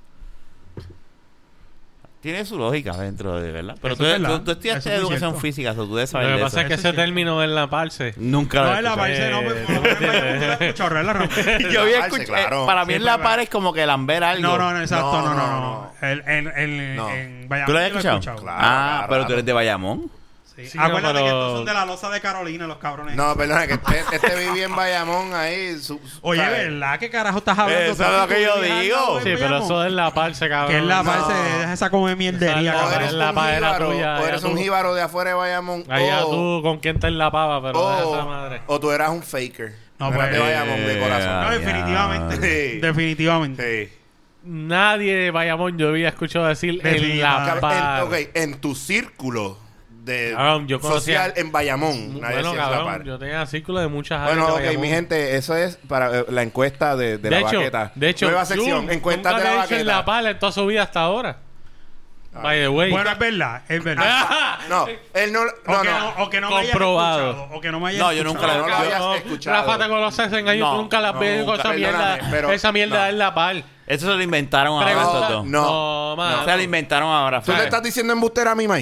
Tiene su lógica dentro de verdad. Pero Eso tú, es verdad. tú estudiaste Eso es muy educación cierto. física, o tú debes Lo saber que de pasa es eso. que Eso ese sí. término de enlaparse. Nunca lo No, he en la escuchado. parece, no, pues, por lo menos me escuchado, ¿verdad, Ramón? Yo había Lavarse, escuchado. claro. Para mí Sí, en la pero- par es como que lamber algo. No, exacto, No, no. no. En No. Bayamón ¿Tú lo has yo he escuchado? Claro, Ah, cada pero tú rato. eres de Bayamón. Sí. Sí, Acuérdate no, que pero- estos son de la loza de Carolina, los cabrones. No, perdona, que este vivía en Bayamón ahí. Oye, ¿sabes? ¿verdad? ¿Qué carajo estás hablando? Eso es lo que yo digo. Sí, pero eso de enlaparse, cabrón. Que es la No. parte de esa come mierdería, Esa O es cabrón. eres la un padera jíbaro, tuya, o ya eres tú. un jíbaro de afuera de Bayamón. Allá o, tú con quién te enlapaba, pero de esa madre. o tú eras un faker. No, eras pues, de Bayamón de corazón. No, definitivamente. Sí. Definitivamente. Sí. Nadie de Bayamón yo había escuchado decir Definitivamente. enlapar. En tu círculo de Cabrón, yo conocía- social en Bayamón. Nadie Bueno, decía cabrón, enlapar. yo tenía círculo de muchas áreas Bueno, de ok, Bayamón. mi gente, eso es para la encuesta de la baqueta. De hecho, Nueva sección, encuestas nunca de le la he dicho baqueta. enlapar en toda su vida hasta ahora. By the way. Bueno, es verdad, es verdad. No, él no. O que no me hayas Comprobado. escuchado. O que no me hayas No, yo nunca escuchado. la- No lo yo- habías escuchado. Rafa, te conoces en años, No, tú nunca las ves con esa perdóname, mierda. pero- Esa mierda no. es enlapar. Eso se lo inventaron ahora estos dos. No. mano. Se lo inventaron ahora. ¿Tú le ¿sabes? estás diciendo embustera a mí, May? Sí.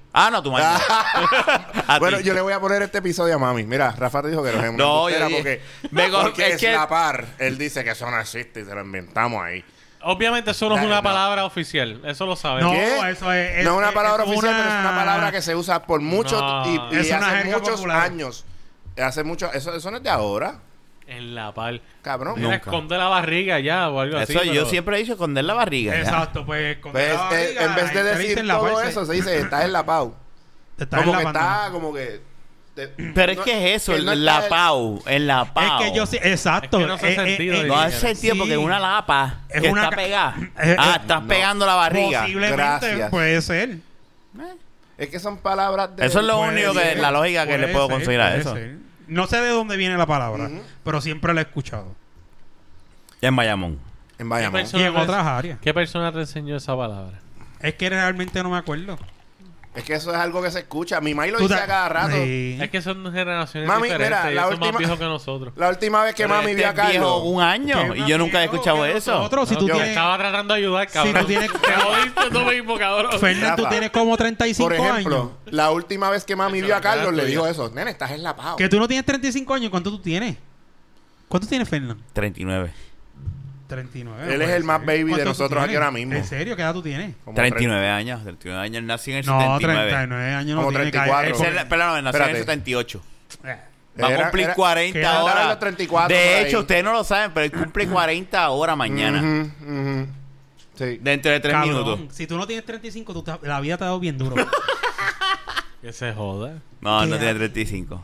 Ah, no, tu madre. A Bueno, ti. yo le voy a poner este episodio a mami. Mira, Rafa te dijo que no es una No, embustera yo porque, dije- porque es que- slapar, él dice que eso no existe y se lo inventamos ahí. Obviamente eso no es Dale, una no. palabra oficial. Eso lo sabemos. No, ¿Qué? eso es... No es una palabra es oficial, pero es una palabra que se usa por muchos No. y Es una hace jerga muchos popular. años. Hace mucho, eso no es de ahora, En la pal. cabrón. Mira, esconde la barriga ya o algo así. Eso yo pero- siempre he dicho esconder la barriga. ya. Exacto, pues... con Pues, la barriga, en vez de ahí te decir dicen la todo parte. eso, se dice estás en la pau. Te estás Como que enlapando. está, como que. Pero es que es eso, él no en la está- pau. En la pau. Es que yo sí... Exacto. Es que no hace sentido, No Sí, hace sentido sí. porque es una lapa Es que una está ca- pegada. No. Estás pegando la barriga. Posiblemente Gracias. puede ser. Es que son palabras de. Eso es lo Puede único que ser, la lógica que le puede puedo ser, conseguir a puede eso. ser. No sé de dónde viene la palabra, Ujú. pero siempre la he escuchado. En Bayamón. En Bayamón. Eso Y no en es- otras áreas. ¿Qué persona te enseñó esa palabra? Es que realmente no me acuerdo. Es que eso es algo que se escucha. Mi maíz lo Tú dice te- a cada rato. Sí. Es que son generaciones Mami, diferentes. mira, y la ellos son más última- viejos que nosotros. La última vez que Pero mami este vio a es viejo Carlos. un año Que y es yo más nunca he viejo escuchado que eso. nosotros, si No, tú yo tienes... estaba tratando de ayudar, cabrón. Si tú tienes- Te jodiste tú mismo, cabrón. Fernan, tú Rafa, tienes como 35 Por ejemplo, años. la última vez que mami Eso vio a la cara Carlos le tuya. dijo eso. Nene, estás en la pau. Que tú no tienes 35 años. ¿Cuánto tú tienes? ¿Cuánto tienes, Fernan? 39. 39. Él es puede el más ser. baby de ¿Cuánto tú nosotros aquí tienes? ahora mismo. ¿En serio? ¿Qué edad tú tienes? Como 39 años. 39 años. Nací en el No, 79. 39 años no Como tiene. 34. Ese es la- Perdón, nací en el Espérate. 78. Eh, Va a Era- cumplir era- 40 que andaba ahora. en los 34 de por hecho, ahí. ustedes no lo saben, pero él cumple 40 ahora mañana. Ujú, ujú. Sí. Dentro de 3 cabrón, minutos. si tú no tienes 35, la vida te ha dado bien duro. Que se joda. No, no ¿Qué tiene edad? 35.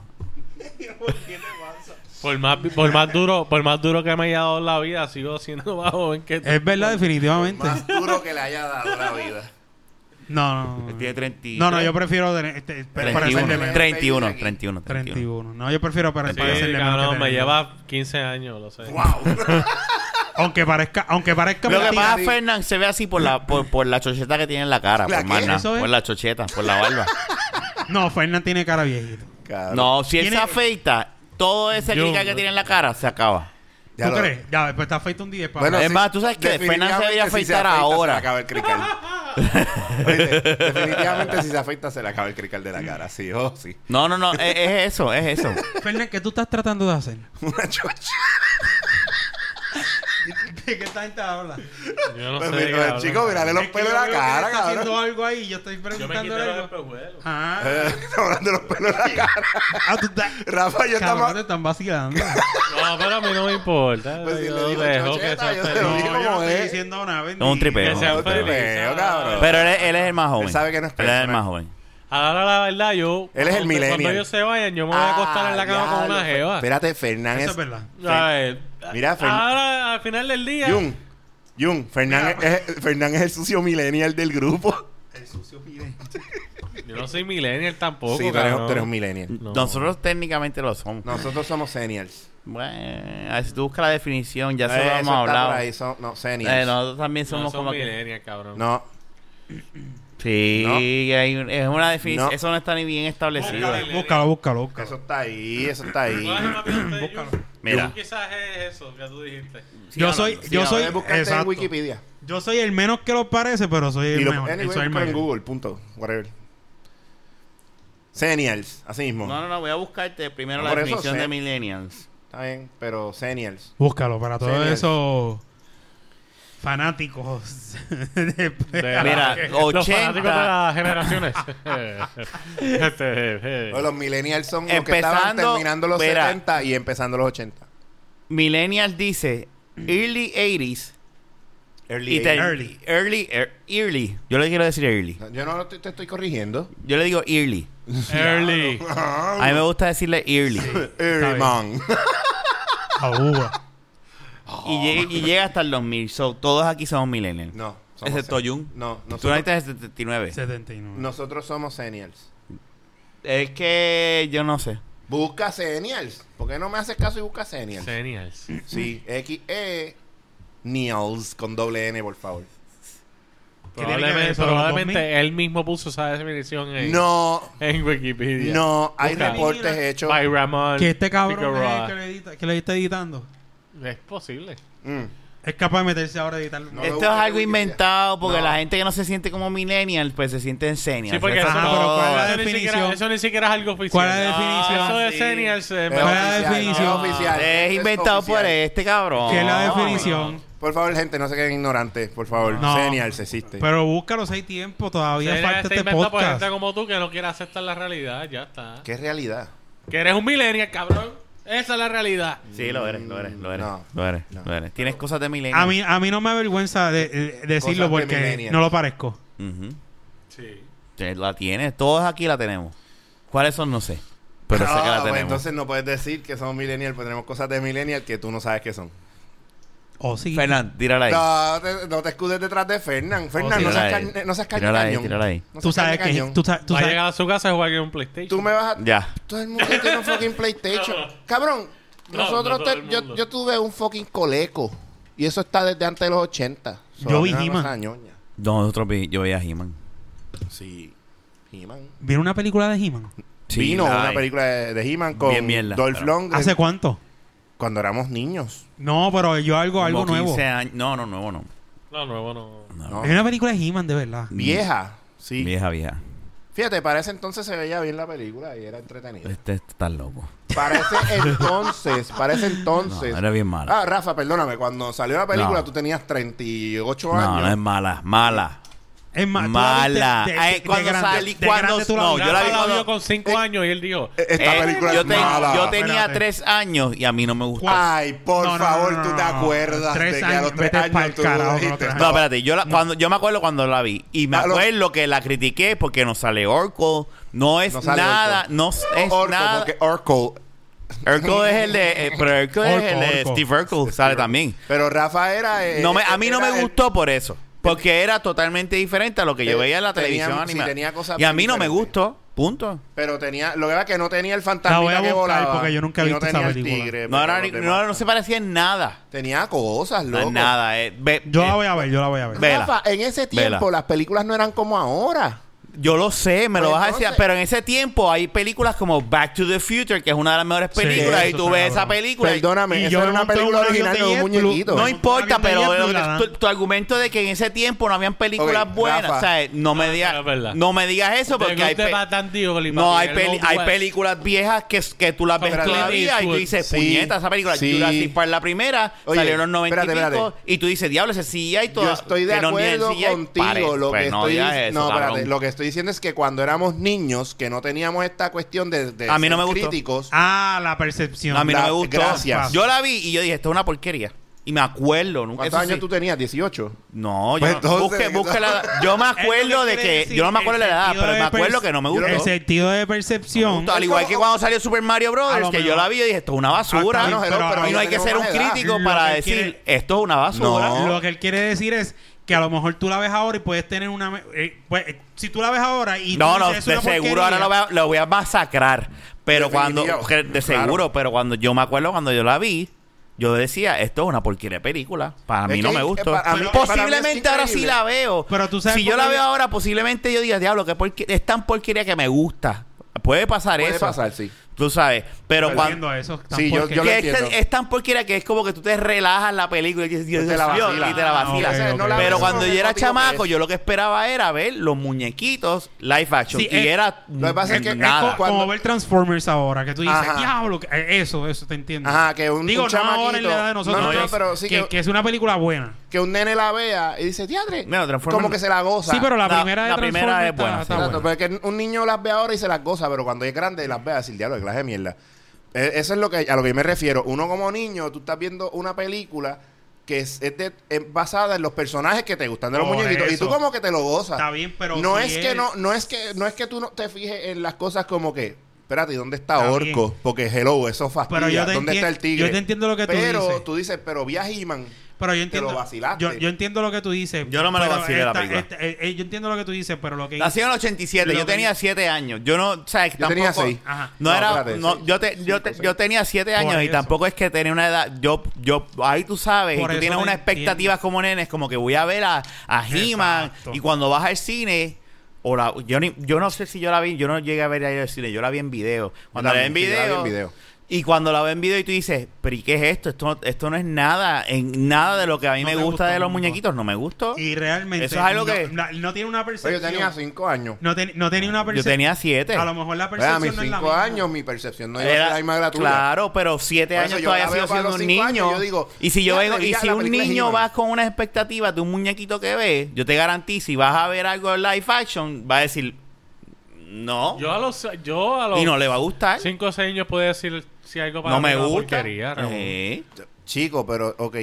Por más duro que me haya dado la vida, sigo siendo más joven que tú. Es verdad, definitivamente. Más duro que le haya dado la vida. No. Él tiene 33. No, yo prefiero parecerle menos. 31. 31. No, yo prefiero Sí, parecerle menos. cabrón, que me tener. lleva 15 años, lo sé. ¡Wow! Aunque parezca Lo que mentira. pasa, Fernán, se ve así por la chocheta que tiene en la cara. ¿La por más qué? nada. ¿Eso es? Por la chocheta, por la barba. No, Fernan tiene cara viejito. Cabrón. No, si él Tiene- se afeita, todo ese Yo- clica que tiene en la cara se acaba. Ya ¿Tú lo- crees? Ya, después te afeita un día. Bueno, Es sí, más, tú sabes que Fernan se debería definitivamente si se afeitar afeita, ahora. Se le acaba el crical. Oíste, definitivamente si se afeita se le acaba el crical de la cara. Sí, sí. No, es eso. Fernan, ¿qué tú estás tratando de hacer? Una chocha. ¿De qué esta gente habla? Yo no Pues sé. mira, cabrón. chico, mírale los Es que pelos yo en la veo que cara, él está haciendo cabrón. algo ahí y yo estoy Yo me quité preguntándole los algo. espejuelos. Ah, Estamos hablando de los pelos en la cara. tú estás... Rafa, yo Cabrón, te estamos. están vacilando. No, pero a mí no me importa. Pues si yo le digo dejo que chocheta, sea yo se feliz. lo No, digo. yo no como estoy es. diciendo nada. Es un tripeo. Que sean Otro tripeo, felices, cabrón. Pero él es el más joven. Él sabe que no es Él es el personal. más joven. Ahora la verdad, yo... Él es el millennial. Cuando ellos se vayan, yo me voy a acostar en la cama con una jeva. Espérate, Fernán Eso es. es verdad. A ver, Mira, ahora al final del día... Fernán es el sucio millennial del grupo. El sucio pide. Yo no soy millennial tampoco, Sí, tú eres cabrón. un millennial. No. Nosotros técnicamente lo somos. Nosotros somos seniors. Bueno, a ver, si tú buscas la definición, ya se lo Eso hemos está hablado. por ahí, no, seniors. Nosotros también No somos son como que... No, millennials, cabrón. Sí, No. es una definición. No. Eso no está ni bien establecido. Búscalo. eso está ahí, eso está ahí. ¿Cuál es la opinión de Búscalo. Jun? Mira. Quizás es eso que tú dijiste. Yo soy, Puedes buscarte en exacto. Wikipedia. Yo soy el menos que lo parece, pero soy Y el lo mejor. anyway, soy el búscalo en mayor. Google, punto, whatever. Seniors, así mismo. No, voy a buscarte primero No, la por eso definición sé. de millennials. Está bien, pero seniors. Búscalo para todos Seniors. esos fanáticos. Mira, Los 80. fanáticos de las generaciones. O los millennials son los que estaban Empezando, terminando los mira. 70 y empezando los 80. Millennials dice early 80s. Early Y te- 80s. early. Yo le quiero decir early. Yo no te estoy corrigiendo. Yo le digo early. Early. A mí me gusta decirle early. Early bien. man. Aúa. Y llega hasta el 2000. So, todos aquí somos millennials. No. somos Excepto sen- Jun. No, Tú nosotros, naciste en el 79. 79. nosotros somos seniors. Es que yo no sé. Busca seniors. ¿Por qué no me haces caso y busca seniors? Genials. Sí, X-E Niels con doble N, por favor. ¿Qué tiene que ver eso, los 2000? Probablemente él mismo puso esa definición No, en Wikipedia. no, hay Busca. reportes hechos. By Ramón. Que este cabrón Figueroa. es el que le está editando. Es posible. Mm. Es capaz de meterse ahora a editar. No. Esto es gusta algo que inventado porque No. la gente que no se siente como millennial, pues se siente en senial. Sí, porque Eso eso, es pero todo. ¿cuál es la eso ni definición? siquiera, eso ni siquiera es algo oficial. ¿Cuál es la No, definición? Eso de Sí. seniors Es ¿Cuál es la oficial, definición? no es oficial. Es inventado oficial. por este cabrón. ¿Qué es la No, definición? Por favor, gente, no se queden ignorantes. Por favor, No. Senials existe. Pero búscalo, si hay tiempo. Todavía Seniors falta está este inventado por podcast. gente como tú que no quiere aceptar la realidad. Ya está. ¿Qué realidad? Que eres un millennial, cabrón. Esa es la realidad. Sí, lo eres. No. Lo eres. Tienes cosas de millennial. A mí no me avergüenza decirlo Cosas de porque millennial. no lo parezco. Ujú. Sí. La tienes. Todos aquí la tenemos. ¿Cuáles son? No sé. Pero sé que la pues tenemos. entonces no puedes decir que somos millennial, pues tenemos cosas de millennial que tú no sabes qué son. O sí. Fernán, tírala ahí. No te escudes detrás de Fernán. Fernán, no tírala seas ahí. no seas Tírala ahí, cañón. tírala ahí. No Tú seas sabes que... cañón. Tú Va a sabes, llegar a su casa y jugar en un PlayStation. Tú me vas a... Ya. Todo el mundo tiene un fucking PlayStation. Cabrón, No, nosotros... no todo el mundo. yo tuve un fucking Coleco. Y eso está desde antes de los 80. Yo vi a mí me He-Man. pasa ñoña. Yo veía He-Man. Sí. He-Man. ¿Vieron una película de He-Man? Vino la una hay. película de He-Man con Bien mierda, Dolph pero- Lundgren. ¿Hace cuánto? Cuando éramos niños. No, pero yo algo Como nuevo. 15 años. No, nuevo no. No, nuevo no. No. Es una película de He-Man, de verdad. Vieja. Sí. Vieja. Fíjate, para ese entonces se veía bien la película y era entretenida. Este está loco. Para ese entonces. No, era bien mala. Ah, Rafa, perdóname. Cuando salió la película No. tú tenías 38 No, años. no es mala. Mala. Es más, ¿tú la viste Mala. Ay, cuando salí- de cuando- grande tú la no, viste? yo la vi Rafa cuando- vio con 5 años y él dijo... Esta película yo, es mala. yo tenía Espérate. 3 años y a mí no me gustó. Ay, por No, no, favor, no, no, tú te no. acuerdas 3 de que a los años, 3 vete pa'l años tú carajo, no dijiste, creas. No, espérate, yo me acuerdo cuando la vi y me A lo- acuerdo que la critiqué porque no sale Orko, no es No sale nada, Orko. no es Orco, nada. porque Orco. Orko es el de, pero Orko es el de Orko. Steve Urkel, sale también. Pero Rafa era... A mí no me gustó por eso, porque era totalmente diferente a lo que yo veía en la tenía- televisión sí, animada. tenía cosas Y a mí no me diferentes. gustó, punto. Pero tenía... Lo que era que no tenía el La voy fantasmita a que buscar volaba. porque yo nunca he y no visto esa tenía el película. tigre, No, pero era, los no, demás- no se parecía en nada. Tenía cosas, No loco. es nada. Yo la voy a ver, yo la voy a ver. Vela. Rafa, en ese tiempo Vela. las películas no eran como ahora. Yo lo sé, me lo Pues vas a decir, entonces- pero en ese tiempo hay películas como Back to the Future, que es una de las mejores Sí, películas, y eso tú está ves cabrón. esa película. y- Perdóname, Y esa yo era me una monté película un avión original de de un JetBlue. muñequito. No importa, pero Avión de JetBlue, tu argumento de que en ese tiempo no habían películas Ok, buenas, Rafa. o sea, no me No, digas, pero es verdad. no me digas eso porque hay no hay películas viejas que tú las ves Espérate. todavía y tú dices, Sí, puñeta, esa película, sí. Jurassic Park la primera, Oye, salió en los 90 y espérate, pico, espérate. y tú dices, diablo, ese CGI y todo. Yo estoy de que no ni el acuerdo CGI contigo. parece. Lo que Pues no estoy digas eso, no, espérate, cabrón. lo que estoy diciendo es que cuando éramos niños, que no teníamos esta cuestión de A mí no ser me gustó. críticos. Ah, la percepción. A mí no La- me gustó. gracias. Yo la vi y yo dije, esto es una porquería. Y me acuerdo. Nunca, ¿Cuántos eso años sí. tú tenías? 18. No, yo Pues no- entonces, busque la edad. Yo me acuerdo de quiere que... decir Yo no me acuerdo de la edad, el pero me sentido de acuerdo que no me gustó. El sentido de Me percepción. gustó. Al igual que cuando salió Super Mario A Brothers, lo que yo mejor. la vi y dije, esto es una basura. Ah, no, pero y no hay que tenemos ser un más edad. crítico Lo para que decir, quiere- esto es una basura. No. Lo que él quiere decir es que a lo mejor tú la ves ahora y puedes tener una... si tú la ves ahora y... No, tú no, dices, de "Es una seguro porquería", ahora lo voy a masacrar. Pero Definitivo. de seguro, Claro. pero cuando yo me acuerdo cuando yo la vi, yo decía, esto es una porquería de película. Para mí Es no que, me gustó. para mí- Posiblemente para mí ahora es sí increíble. la veo. Pero tú sabes si yo por la qué- veo ahora, posiblemente yo diga, diablo, es tan porquería que me gusta. Puede pasar Puede eso. pasar, sí. Tú sabes. Pero Yo cuando... entiendo eso. Sí, yo tampoco lo que entiendo. es tan porquería que es como que tú te relajas la película y dices, Dios Te la mío, vacilas. y te la vacilas. Ah, ok, ok. la Pero ves cuando como yo era motivo que chamaco, es. yo lo que esperaba era ver los muñequitos live action. Sí, y era lo que pasa es que nada. cuando- como ver Transformers ahora, que tú dices, Ajá. diablo, eso te entiendo. Ajá, que un Digo, no chamaquito... ahora en la edad de nosotros, No, que, pero sí que es una película buena. que un nene la vea y dice, diadre, Mira, Transformers- como que se la goza. Sí, pero la La- primera de la primera Transformers es buena, está sí. Exacto, buena. porque un niño las ve ahora y se las goza, pero cuando es grande las ve a decir, diablo, que clase de mierda. Eso es a lo que yo me refiero. Uno como niño, tú estás viendo una película que es basada en los personajes que te gustan de los Por muñequitos y eso. tú como que te lo gozas. Está bien, pero no si es que él- no es que tú no te fijes en las cosas como que espérate, ¿y dónde está Está Orco? bien. Porque hello, eso fastidia. Pero yo te ¿Dónde está el tigre? yo te entiendo lo que tú pero dices. tú dices, pero vi a He-Man. Pero yo entiendo. lo vacilaste. Yo entiendo lo que tú dices. Yo no me lo pero vacilé la película. yo entiendo lo que tú dices, pero lo que Nací en el 87, Lo yo que- tenía 7 años. Yo no, ¿sabes? Yo tenía Tampoco- 6. Ajá. No, No, era, espérate, no, sí. yo tenía 7 Por años y eso. tampoco es que tenía una edad. Yo, ahí tú sabes, Por y tú eso tienes te unas entiendo. expectativas como nenes, como que voy a ver a He-Man. Exacto. Y cuando vas al cine, yo no sé si yo la vi, yo no llegué a ver a ir al cine, yo la vi en video. Cuando la vi en Sí, yo la vi video. en video. Y cuando la ves en video y tú dices, pero ¿y qué es esto? Esto no es nada, en nada de lo que a mí No me te gusta gustó, de los no. muñequitos. No me gustó. Y realmente Eso es algo que... no tiene una Pero percepción. yo tenía 5 años. No tenía una Yo percepción. tenía 7. A lo mejor la A percepción mis no es la 5 misma. años mi percepción no iba a ser la misma gratuita. Claro, pero 7 Por eso años yo todavía la sigo veo para siendo los un 5 niño. años, yo digo, y si yo ya, vengo, me y diga si la un película niño He-Man. vas con una expectativa de un muñequito que ve, yo te garantizo, si vas a ver algo de live action, va a decir no. Yo a los Y no le va a gustar. 5 o 6 años puedo decir si algo para No mí me es una gusta. porquería, Raúl. Chico, pero, ok,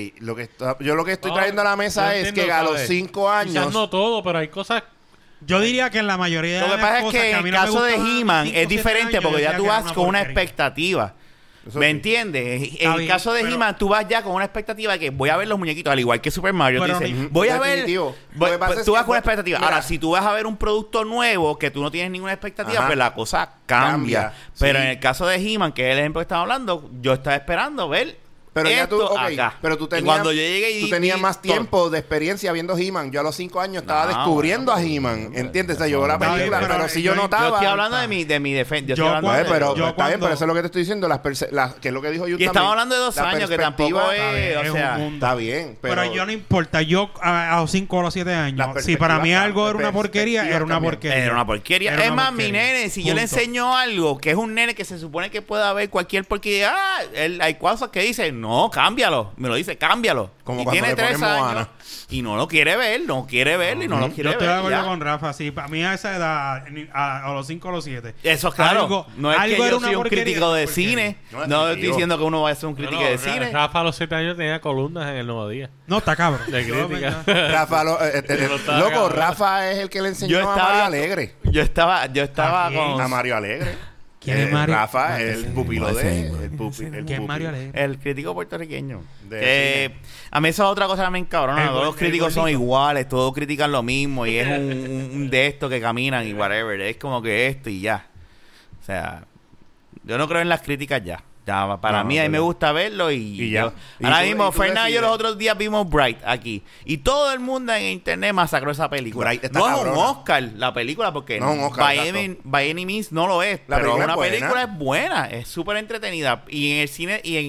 yo lo que estoy No, trayendo a la mesa yo es entiendo, que a los ¿sabes? 5 años... Quizás no todo, pero hay cosas... Yo diría que en la mayoría de Lo que las pasa es cosas que a en mí el no me caso de gustaban He-Man 5 es o 7 diferente años, porque yo ya tú decía que vas era con una porquería. expectativa. Eso ¿Me sí. entiendes? Está En el bien, caso de pero- He-Man, tú vas ya con una expectativa de que voy a ver los muñequitos, al igual que Super Mario. Pero Te dice, ni- voy a ver. Definitivo. voy- Lo que pasa es tú que vas con una fue- expectativa. mira. Ahora, si tú vas a ver un producto nuevo que tú no tienes ninguna expectativa, Ajá. pues la cosa cambia. Cambia, Pero sí. en el caso de He-Man, que es el ejemplo que estamos hablando, yo estaba esperando ver. Pero ya tú, esto ok, acá. pero tú Y tenías, cuando yo llegué y tú tenías vi más todo. tiempo de experiencia viendo He-Man. Yo a los 5 años estaba No, descubriendo bueno, a He-Man, bueno, ¿entiendes? O sea, yo veo la Está bien, película, pero pero si yo yo- notaba... Yo estoy hablando de mi defensa. Yo Yo estoy hablando cuando- de- pero yo está bien, cuando- pero eso es lo que te estoy diciendo, que es lo que dijo yo Y estamos hablando de 2 La años, que tampoco perspectiva- es. Está bien, O sea, es un mundo. Está bien, Pero yo no importa, yo a los 5 o los 7 años, si para mí perspectivas algo era una cambian, porquería, era una perspectivas porquería. Era una porquería. Era Es una más, mi porquería. nene, si yo le Punto. enseño algo que es un nene que se supone que pueda ver cualquier porquería, hay cosas que dice, no, cámbialo. Me lo dice, cámbialo. Como y cuando tiene le 3 ponen años Moana. y no lo quiere ver, no quiere verlo y no lo quiere Yo estoy ver. de acuerdo ya. con Rafa, sí, para mí a esa edad, a los 5 o los 7. Eso es claro. Algo- no es algo que era yo una soy un porquería, crítico de porquería. cine. No, No, definitivo. estoy diciendo que uno va a ser un crítico de cine. Rafa a los 7 años tenía columnas en el Nuevo Día. No, está cabrón. De Yo, crítica. Rafa, Lo estaba loco, acabando. Rafa es el que le enseñó a Mario Alegre. Yo estaba ¿A quién? con A Mario Alegre. ¿Quién es Mario? Rafa es el pupilo de... El ¿Quién es Mario Alegre? el crítico puertorriqueño. De Que a mí esa es otra cosa que me encabrona. El Todos los gor- críticos el son gordito. iguales, todos critican lo mismo y es un de estos que caminan y whatever. Es como que esto y ya. O sea, yo no creo en las críticas ya. Ya, para No, mí a mí pero- me gusta verlo y y ya. yo- Y ahora tú- mismo, y tú Fernando y yo decides. los otros días vimos Bright aquí. Y todo el mundo en internet masacró esa película. Bright está No es un cabrona. Oscar la película porque No es un Oscar, by any means no lo es. La pero película una es buena. película es buena, es súper entretenida. Y en el cine y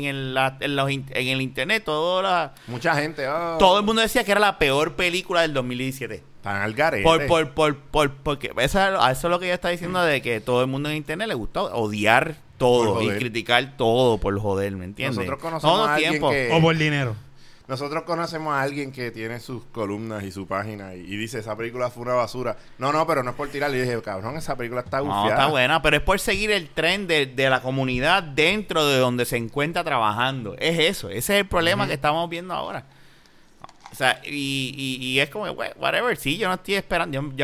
en el internet Mucha gente... oh, todo el mundo decía que era la peor película del 2017. Están al garete. Porque eso es lo que ella está diciendo de que todo el mundo en internet le gusta odiar todo Por y joder. criticar todo por joder, ¿me entiendes? Nosotros conocemos Todos a alguien tiempos. que... O por dinero. Nosotros conocemos a alguien que tiene sus columnas y su página y dice, esa película fue una basura. No, pero no es por tirar. Y dije, cabrón, esa película está No, gufiada. está buena, pero es por seguir el tren de la comunidad dentro de donde se encuentra trabajando. Es eso, ese es el problema que estamos viendo ahora. O sea, y es como, whatever, sí, yo no estoy esperando.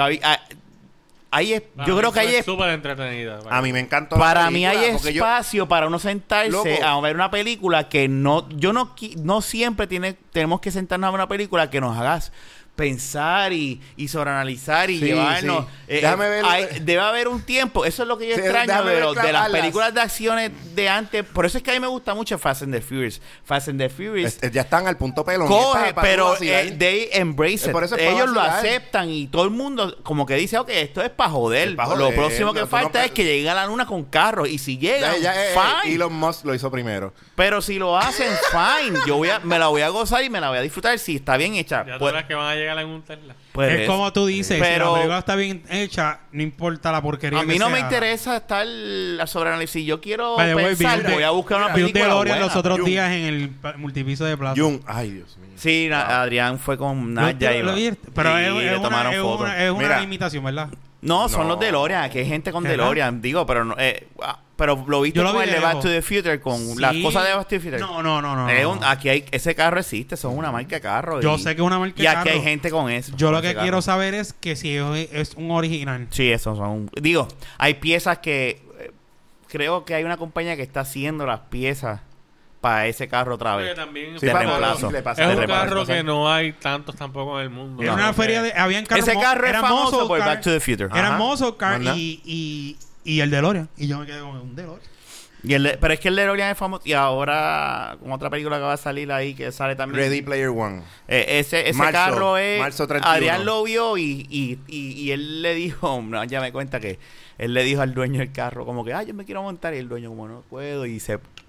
Yo creo que es súper entretenida. A mí me encantó la para mí película, hay porque yo- espacio para uno sentarse Loco. a ver una película que no siempre tenemos que sentarnos a ver una película que nos hagas pensar y sobreanalizar y Sí, llevarnos. sí. Déjame ver- Debe haber un tiempo. Eso es lo que yo Sí, extraño déjame ver de las clavarlas. películas de acciones de antes. Por eso es que a mí me gusta mucho Fast and the Furious. Fast and the Furious ya están al punto pelón. coge, Es para pero tú vacilar. they embrace it. Por eso es para Ellos lo vacilar. aceptan y todo el mundo como que dice, ok, esto es para joder. Es pa' Lo joder, próximo que no, tú falta no- es que lleguen a la luna con carros. Y si llegan, fine. Elon Musk lo hizo primero. Pero si lo hacen, fine. Me la voy a gozar y me la voy a disfrutar si está bien hecha. Ya tú Pues- verás que van a llegar en un Tesla. pues Es eso. como tú dices, si Pero- la película está bien hecha, no importa la porquería A mí que no me sea. interesa estar sobreanálisis. Si yo quiero By the way, pensar, vi un voy a buscar una Vi un película DeLorean buena. los otros Jung. días en el multipiso de Plaza. Jung, ay Dios mío. Sí, Adrián fue con Naya y, Lo viste, pero y es, le es tomaron una, fotos. es una Mira. imitación, ¿verdad? No, son No. los DeLorean. Aquí hay gente con ¿Verdad? DeLorean. Digo, pero no, pero lo viste Yo lo con vi el de de Back lejos. to the Future, con Sí. las cosas de Back to the Future. No. Es aquí hay ese carro existe, son una marca de carro. Yo sé que es una marca de Y aquí carro. hay gente con eso. Yo con lo ese que carro. quiero saber es que si es un original. Sí, esos son. Digo, hay piezas que creo que hay una compañía que está haciendo las piezas para ese carro otra Porque vez. también Sí, de para reemplazo. poder- le pasa- es de un reemplazo. carro que no hay tantos tampoco en el mundo. Era No, una que- feria de... Habían carros... Ese carro es eran famoso muscle por car, Back to the Future. Eran Ajá. muscle car ¿Verdad? y el DeLorean. Y yo me quedé con un DeLorean. Pero es que el DeLorean es famoso. Y ahora, con otra película que va a salir ahí, que sale también. Ready Player One. Ese Marzo, carro es. marzo 31. Adrián lo vio y él le dijo. No, ya me cuenta que él le dijo al dueño del carro, como que, yo me quiero montar. Y el dueño, como no puedo. Y se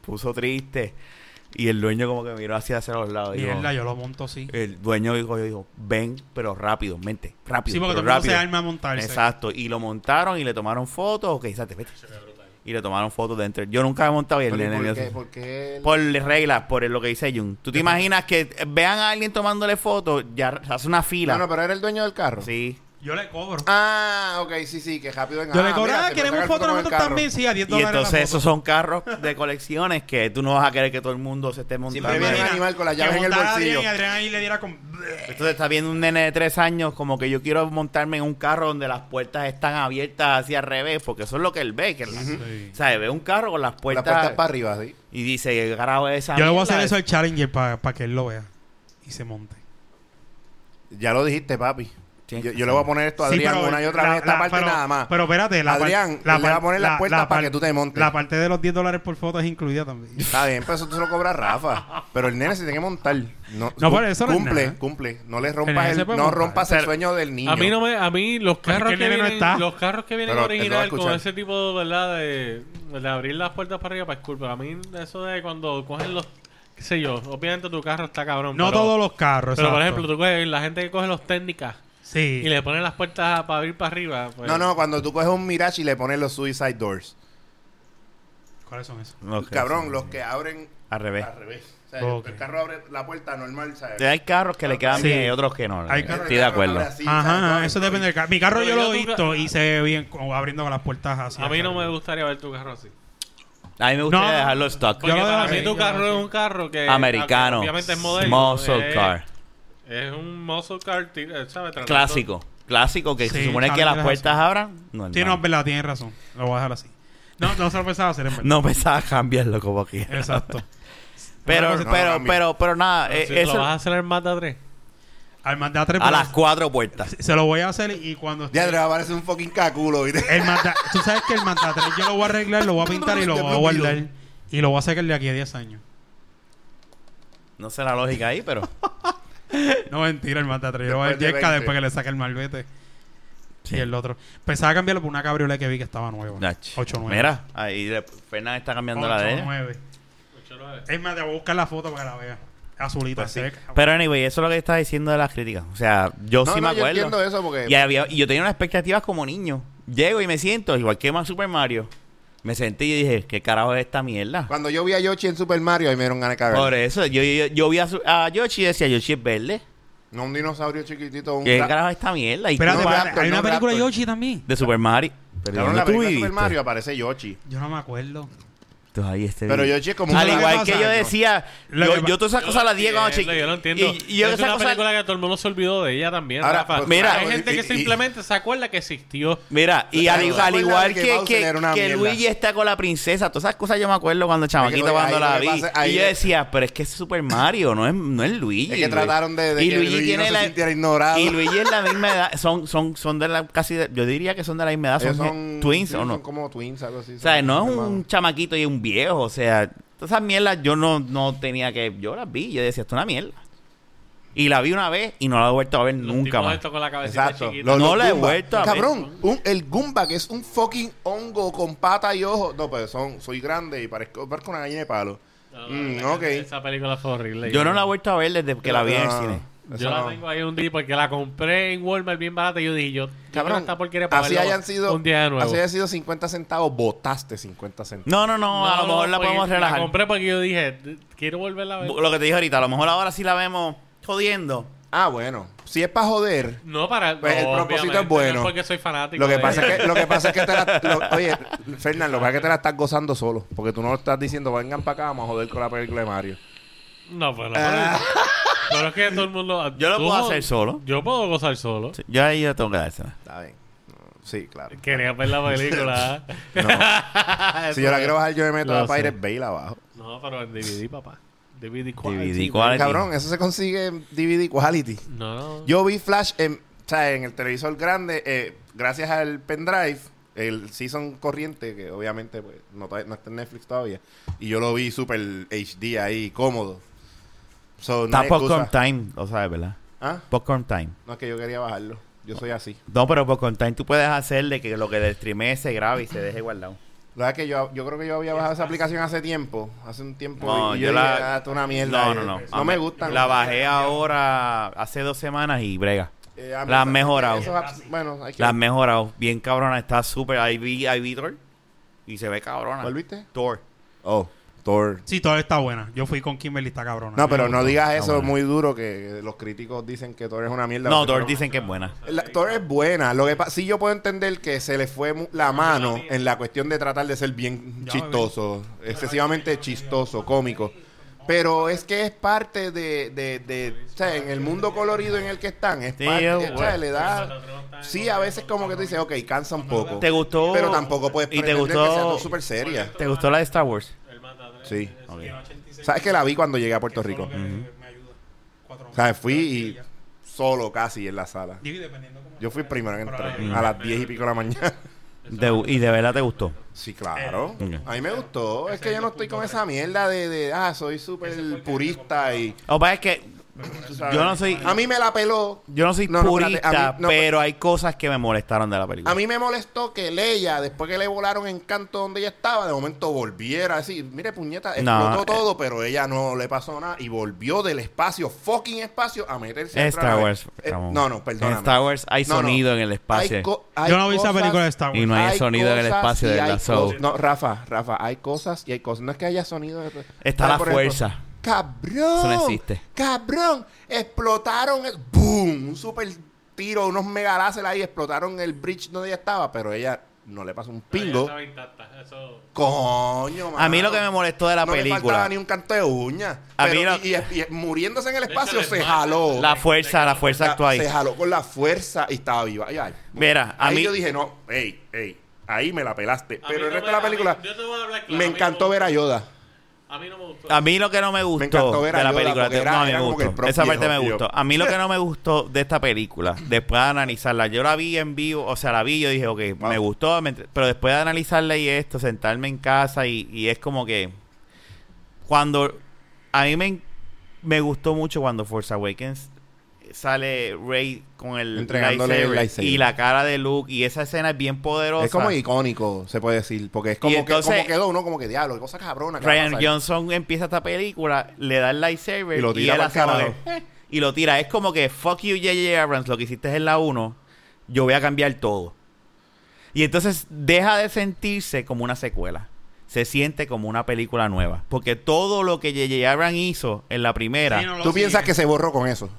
puso triste. Y el dueño como que miró hacia los lados. Mierda, yo lo monto así. El dueño dijo, ven, pero rápido, mente, rápido. Sí, porque todo pero el mundo rápido. se arma a montarse. Exacto. Y lo montaron y le tomaron fotos. Ok, vete. Y le tomaron fotos dentro. Yo nunca he montado y el Pero, nene. ¿por qué? Por reglas, por lo que dice Jun. ¿Tú te imaginas que vean a alguien tomándole fotos? Ya hace una fila. No, pero era el dueño del carro. Sí. Yo le cobro. Ah, ok, sí, que rápido Yo le cobro, queremos fotos nosotros también. Sí, a $10 Y la entonces foto. esos son carros de colecciones que tú no vas a querer que todo el mundo se esté montando. Siempre viene un animal con las llaves en el bolsillo. Y Adrián ahí le diera con... Entonces está viendo un nene de 3 años como que yo quiero montarme en un carro donde las puertas están abiertas hacia al revés, porque eso es lo que él ve. Que Sí. o sea, ve un carro con las Las puertas, puertas para arriba, sí. y dice, ¿qué carajo es esa Yo le voy a mierda? hacer eso al Challenger para que él lo vea. Y se monte. Ya lo dijiste, papi. Tienes Yo que le voy a poner esto a Sí, Adrián pero una y otra vez esta parte pero- nada más. Pero espérate, Adrián, le va a poner las puertas para que tú te montes. La parte de los $10 por foto es incluida también. Está bien, pero eso tú se lo cobras Rafa. Pero el nene se tiene que montar. No, por eso no es nada. cumple. No le El rompas nene se el, puede no montar. rompas el sueño del niño. A mí los Porque carros el que nene no vienen, está. los carros que vienen Pero él lo va a original con escuchar. ese tipo, ¿verdad? De abrir las puertas para arriba, pues cool. Pero a mí eso de cuando cogen los, qué sé yo, obviamente tu carro está cabrón. No pero, todos los carros. Pero por exacto. ejemplo, tú coges la gente que coge los técnicas Sí. y le ponen las puertas para abrir para arriba. Pues, No, cuando tú coges un Mirage y le pones los Suicide Doors. ¿Cuáles son esos? Ok, Cabrón, sí. los que abren Al revés. al revés. O sea, Ok. el carro abre la puerta normal, ¿sabes? Hay carros que le quedan Sí. bien y otros que no. Hay Estoy de acuerdo. Ajá, eso depende del carro. Mi carro Pero yo lo yo he nunca- visto y se ve bien como abriendo con las puertas así. a mí no acá. me gustaría ver tu carro así. A mí me gustaría No. dejarlo stock. Porque Yo lo para dejo mí así, tu yo lo carro dejo es así. un carro que Americano. obviamente es modelo. Muscle car. Es un muscle car, ¿sabes? Tratando- Clásico. Clásico que se Sí, supone que Challenger las es puertas así. abran. No, Sí, no, es verdad, tienes razón. Lo voy a dejar así. No se lo pensaba hacer en verdad. no pensaba cambiarlo como aquí. Exacto. Pero, No, no, pero nada, Pero si eso lo vas a hacer en Mazda 3. Al Mazda 3 a las 4 puertas. se lo voy a hacer y cuando esté... Ya te va a parecer un fucking caculo, ¿viste? El Mazda, tú sabes que el Mazda 3 yo lo voy a arreglar, lo voy a pintar y lo voy a guardar. Y lo voy a sacar de aquí a 10 años. No sé la lógica ahí, pero No, mentira, el Mazda 3. Yo lo voy a Después de Yesca 20. después que le saque el malvete. Sí. Y el otro. Pensaba cambiarlo por una cabriolet que vi que estaba nueva. Nach. 8-9. Mira, ahí Fernan está cambiando la de ella. 8-9. Es más, te voy a buscar la foto para que la vea. Azulita, Pues sí. seca. Pero anyway, eso es lo que estás diciendo de las críticas. O sea, yo sí me yo acuerdo. entiendo eso porque... Y yo tenía unas expectativas como niño. Llego y me siento, igual que más Super Mario. Me senté y dije, ¿qué carajo es esta mierda? Cuando yo vi a Yoshi en Super Mario, ahí me dieron ganas de cagar. Por eso, yo vi a Yoshi y decía, Yoshi es verde. No un dinosaurio chiquitito, un... ¿Qué carajo es esta mierda? Y Espérate, tú- no, espérate, Raptor, hay una no, película de Raptor. Yoshi también. de Super Mario. Pero Cabrón, ¿dónde la tú película de viviste? Super Mario aparece Yoshi. Yo no me acuerdo. Tú ahí Pero Yoshi es como Al lo que igual pasa, que yo no. decía, Lo yo, que pa- yo todas esas cosas las dije cuando Yo lo entiendo. Y yo es esas una cosas... película que todo el mundo se olvidó de ella también, Ahora, Rafa. pues, mira, hay gente que y- simplemente se acuerda que existió. Mira, y Pero al, ¿se al acuerdan igual de que Bowser que era una mierda? Luigi está con la princesa, todas esas cosas yo me acuerdo cuando chamaquito oye, cuando ahí la lo que vi. pasa- ahí Y yo es- decía, pero es que es Super Mario, no es Luigi. Es que güey. trataron de Y que Luigi Luigi tiene no se la- sintiera ignorado. Y Luigi es la misma edad, son de la casi, yo diría que son de la misma edad, Ellos son twins sí, o no. Son como twins, algo así. O sea, no es Son un chamaquito y un viejo, o sea, todas esas mierdas yo no tenía que... Yo las vi, yo decía, esto es una mierda. Y la vi una vez y no la he vuelto a ver Los nunca tipos más. estos con la cabecita Exacto. chiquita. No la he Goomba. vuelto a ver. Cabrón, el Goomba, que es un fucking hongo con pata y ojos. No, pues soy grande y parezco una gallina de palo. Ok. Esa película fue horrible. Yo no la he vuelto a ver desde que la vi en el No, cine. Yo eso la no. tengo ahí un día porque la compré en Walmart bien barata y yo dije, Cabrón, esta porquería para así verlo hayan sido, un día de nuevo. así haya sido 50 centavos, botaste 50 centavos. No, a lo mejor la porque podemos relajar. La compré porque yo dije, quiero volverla a ver. Lo que te dije ahorita, a lo mejor ahora sí la vemos jodiendo. Ah, bueno. Si es para joder, No, para... Pues el no, propósito obviamente, es bueno. no es porque soy fanático. lo que de- pasa es que te la... oye, Fernando, lo que pasa es que te la estás gozando solo. Porque tú no estás diciendo, vengan para acá, vamos a joder con la película de Mario. No, pero es que todo el mundo... Yo lo tú- puedo hacer solo. Yo puedo gozar solo. Sí, yo ahí yo tengo que dársela. Está bien. No, sí, claro. Quería ver la película. No. Si yo la quiero bajar, yo me meto Lo a Pirate sé. Bay y la bajo. No, pero en DVD, papá. DVD DVD quality. quality. Cabrón, eso se consigue en DVD Quality. No. Yo vi Flash en el televisor grande, gracias al pendrive, el season corriente, que obviamente pues, no está en Netflix todavía. Y yo lo vi super HD ahí, cómodo. So, no Está hay excusa. Popcorn Time, lo sabes, ¿verdad? ¿Ah? Popcorn Time. No es que yo quería bajarlo. Yo soy así. No, pero Popcorn Time tú puedes hacer de que lo que del streamee se grabe y se deje guardado. Lo que yo creo que yo había bajado esa aplicación hace un tiempo, No, y yo yo la- dije, esto es una mierda. No. No me gustan. La bajé ahora hace 2 semanas y brega. A mí La han esa- mejorado. esos apps, bueno, hay que... La han mejorado. Bien cabrona. Está súper. Ahí vi Thor. Y se ve cabrona. ¿Cuál viste? Thor. Oh, Thor. Sí, todo está buena. Yo fui con Kimberly, está cabrona. No, pero Me no gustó. digas Está eso buena. muy duro, que los críticos dicen que Thor es una mierda. No, Porque Thor dicen que es buena. Thor es buena. Lo que sí yo puedo entender que se le fue la mano en la cuestión de tratar de ser bien Ya, chistoso, excesivamente chistoso, cómico. Pero es que es parte de o sea, en el mundo colorido en el que están, es Sí, parte, o bueno. sea, le da... Sí, a veces como que tú dices, ok, cansa un poco. ¿Te gustó? Pero tampoco puedes ¿Y te pretender que sea gustó? todo súper seria. ¿Te gustó la de Star Wars? Sí. Ok. ¿Sabes que la vi cuando llegué a Puerto Rico? O sea, fui y solo casi en la sala. Yo fui el primero que entré, a las 10 y pico de la mañana. ¿Y de verdad te gustó? Sí, claro. Ok. A mí me gustó. Es que yo no estoy con esa mierda soy súper purista y... Lo que pasa es que tú sabes. yo no soy... A mí me la peló. Yo no soy No, no, purista, espérate, a mí- no, pero hay cosas que me molestaron de la película. A mí me molestó que Leia, después que le volaron en canto donde ella estaba, de momento volviera a decir, mire puñeta, explotó No, todo, pero ella no le pasó nada y volvió del espacio, fucking espacio, a meterse Es a otra Star nave. Wars. Ramón. No, perdóname. En Star Wars hay No, no. sonido en el espacio. Hay Yo no vi esa cosas- película de Star Wars. Y no hay sonido en el cosas espacio y de hay la Soul. cosas. No, Rafa, hay cosas y hay cosas. No es que haya sonido. Está la Por ejemplo, fuerza. ¡Cabrón! Eso no existe. ¡Cabrón! Explotaron el... ¡Boom! Un super tiro, unos megaláser ahí. Explotaron el bridge donde ella estaba, pero ella no le pasó un pingo. Coño, A mí mano. lo que me molestó de la no le película... faltaba ni un canto de uña. A Pero mí no- y muriéndose en el espacio se jaló. La fuerza actuó ahí. Se jaló con la fuerza y estaba viva. Ay. Mira, a Ahí mí... yo dije, no, ahí me la pelaste. Pero el resto de la película me encantó ver a Yoda. A mí no me gustó. A mí lo que no me Me gustó encantó ver a de la Yoda película, porque era- no, a mí era me como que el gustó. prop Esa parte viejo, me tío. gustó. A mí lo que no me gustó de esta película, después de analizarla, yo la vi en vivo, o sea, la vi y yo dije, ok, Wow. me gustó, pero después de analizarla y esto, sentarme en casa y es como que cuando a mí me gustó mucho cuando Force Awakens sale Rey con el Entregándole el lightsaber. y la cara de Luke y esa escena es bien poderosa. Es como icónico, se puede decir. Porque es como, entonces- como quedó uno, como que diablo, qué cosa cabrona. ¿qué va a Ryan pasar? Johnson empieza esta película, le da el lightsaber Y lo tira él pa'l hace como carajo. que, y lo tira. Es como que fuck you J.J. Abrams, lo que hiciste en la 1, yo voy a cambiar todo. Y entonces deja de sentirse como una secuela. Se siente como una película nueva. Porque todo lo que J.J. Abrams hizo en la primera, Sí, no lo ¿Tú piensas sigue. que se borró con eso?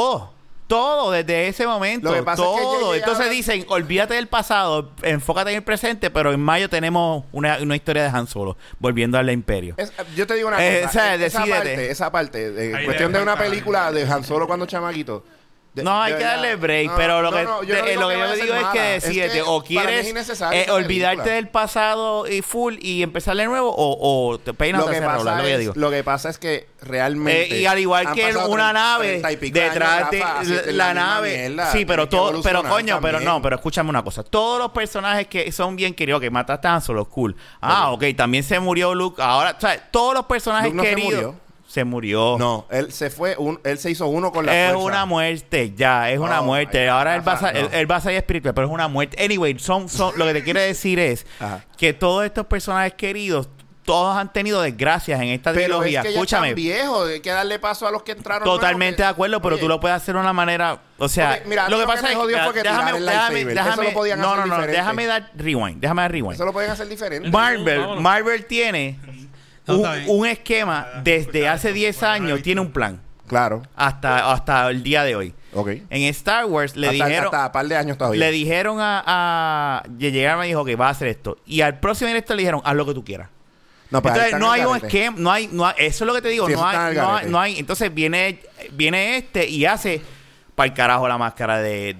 todo, desde ese momento, Lo que pasa es que todo. J.J. Entonces Abrams- dicen, olvídate del pasado, enfócate en el presente, pero en mayo tenemos una historia de Han Solo, volviendo al Imperio. Yo te digo una O cosa. sea, esa decídete. parte, Ahí cuestión le de una falta- película de Han Solo cuando chamaquito. No, hay que darle break, pero lo que yo no lo que yo vaya a me ser digo es mala. que decídete, o para mí es quieres innecesaria esa olvidarte película. del pasado y full y empezar de nuevo, o te peinas Lo otra que, vez a rolar, pasa lo que yo es, digo. lo que pasa es que realmente Y al igual han que pasado una 30 nave y pico de detrás años, de Rafa, así es la misma nave, mierda. sí, pero Tienes que todo, pero evolucionar coño, pero también. no, pero escúchame una cosa, todos los personajes que son bien queridos, que mataste a Han Solo, cool. Ok, también se murió Luke, ahora, o sea, todos los personajes Luke no se queridos murió. se murió. No, él se hizo uno con la Es fuerza. una muerte, ya, es una Oh, muerte. my God, Ahora él va, Rafa, no. él va a ser espiritual, pero es una muerte. Anyway, lo que te quiero decir es Ajá. que todos estos personajes queridos, todos han tenido desgracias en esta Pero trilogía. es que ya Escúchame, están viejos, hay que darle paso a los que entraron totalmente de nuevos, acuerdo, pero Oye, tú lo puedes hacer de una manera, o sea, Ok, mira, lo que lo que pasa me es jodió fue que tiraron el lightsaber. Eso lo podían no, hacer no, no, diferente. déjame dar rewind. Eso lo pueden hacer diferente. Vámonos. Marvel tiene No, está bien. un esquema desde hace 10 años, tiene un plan Claro. hasta el día de hoy. Ok. En Star Wars le dijeron hasta un par de años todavía. le dijeron a llegaron y dijo que va a hacer esto y al próximo director le dijeron haz lo que tú quieras. No, pues, Entonces ahí no están hay al un garete. esquema, no hay, eso es lo que te digo, Sí, no eso está hay, al no hay, garete. no hay. Entonces viene este y hace para el carajo la máscara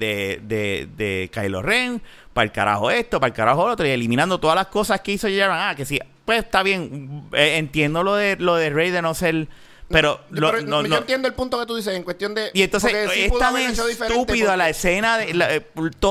de Kylo Ren, para el carajo esto, para el carajo lo otro, y eliminando todas las cosas que hizo J.J. Que sí, pues está bien, entiendo lo de Rey de no ser, pero, Pero no, yo entiendo el punto que tú dices en cuestión de... y entonces porque sí es pudo tan haber hecho diferente estúpida porque- la escena de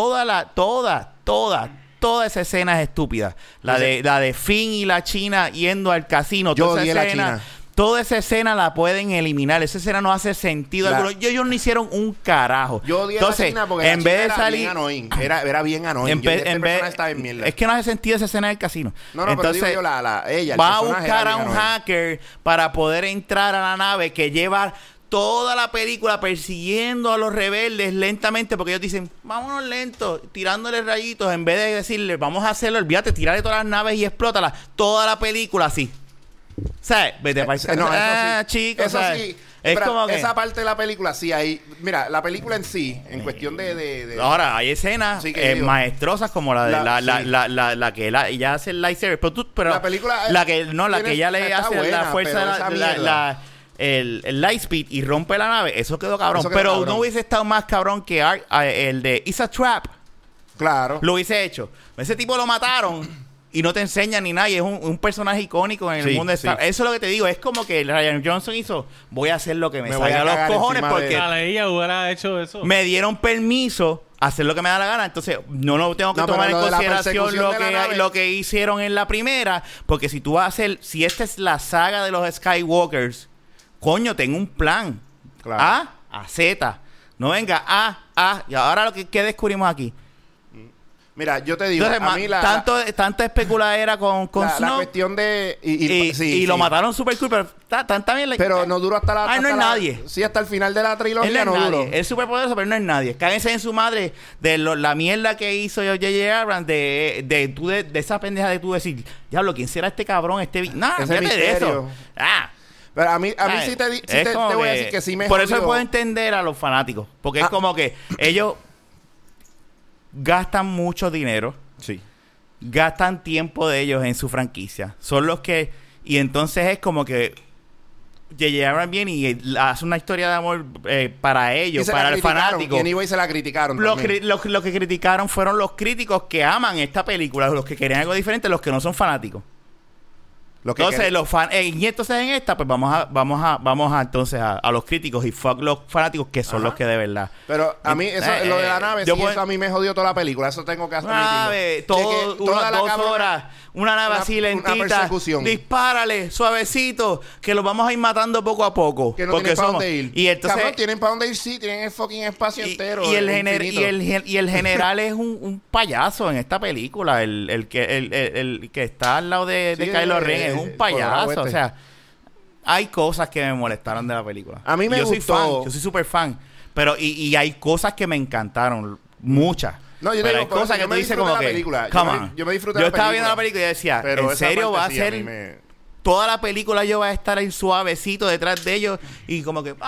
toda esa escena es estúpida. La de Finn y la China yendo al casino, Yo toda odié esa la escena, China. Toda esa escena la pueden eliminar. Esa escena no hace sentido. Ellos no hicieron un carajo. Yo odié Entonces, la escena porque en vez de era salir... bien annoying. Era bien annoying. Estaba en mierda. Es que no hace sentido esa escena del casino. No, entonces, pero digo yo, ella, va a buscar a un hacker para poder entrar a la nave que lleva toda la película persiguiendo a los rebeldes lentamente, porque ellos dicen, vámonos lento, tirándole rayitos, en vez de decirle, vamos a hacerlo, olvídate, tirarle todas las naves y explótalas. Toda la película así. ¿Sabes? Vete para chicos, eso ¿sabes? sí. Es como que... Esa parte de la película sí hay... Mira, la película en sí, en cuestión de... Ahora, hay escenas maestrosas como la de la que ella hace el lightsaber. Pero la película... La que ella le hace buena, la fuerza el light speed y rompe la nave. Eso quedó cabrón. Pero no hubiese estado más cabrón que el de It's a Trap. Claro. Lo hubiese hecho. Ese tipo lo mataron... Y no te enseñan ni nada. Y es un personaje icónico en el mundo de Star Wars. Eso es lo que te digo. Es como que Rian Johnson hizo... Voy a hacer lo que me salga los cojones porque... ella hubiera hecho eso. Me dieron permiso a hacer lo que me da la gana. Entonces, no tengo que tomar en consideración lo que hicieron en la primera. Porque si tú vas a hacer... Si esta es la saga de los Skywalkers... Coño, tengo un plan. Claro. A Z. No venga y ahora ¿qué descubrimos aquí? Mira, yo te digo, entonces, a mí tanta especuladera con la Snoke, cuestión de... Y lo mataron super cool, pero también... Pero no duró hasta la... no es nadie. Sí, hasta el final de la trilogía no es duró. Es súper poderoso, pero no es nadie. Cáguense en su madre de la mierda que hizo J.J. Abrams de esa pendeja de tú decir, diablo, ¿quién será este cabrón? Nada, fíjate de eso. Pero a mí sí te voy a decir que sí me por jodió. eso puedo entender a los fanáticos. Porque es como que ellos... gastan mucho dinero. Sí. Gastan tiempo de ellos en su franquicia. Son los que... Y entonces es como que... J.J. Abrams viene y hace una historia de amor para ellos, para el fanático. Y anyway se la criticaron lo que criticaron fueron los críticos que aman esta película, los que querían algo diferente, los que no son fanáticos. Entonces, y entonces en esta, pues vamos a entonces a los críticos y fuck los fanáticos que son los que de verdad. Pero a mí, eso, lo de la nave, eso a mí me jodió toda la película. Eso tengo que admitirlo. Todas las 2 horas, una nave así lentita. Dispárale, suavecito, que los vamos a ir matando poco a poco. Que no tienen para dónde ir. Y entonces, cabrón, tienen para dónde ir, sí, tienen el fucking espacio entero. Y el general es un payaso en esta película. El que está al lado de Kylo Ren es un payaso. O sea, hay cosas que me molestaron de la película. A mí me gustó. Yo soy súper fan. Pero, y hay cosas que me encantaron. Muchas. No, yo hay cosas que tú dices como que... Yo me disfruté la película. Yo estaba viendo la película y decía, pero ¿en serio va a ser...? Toda la película yo voy a estar ahí suavecito detrás de ellos y como que...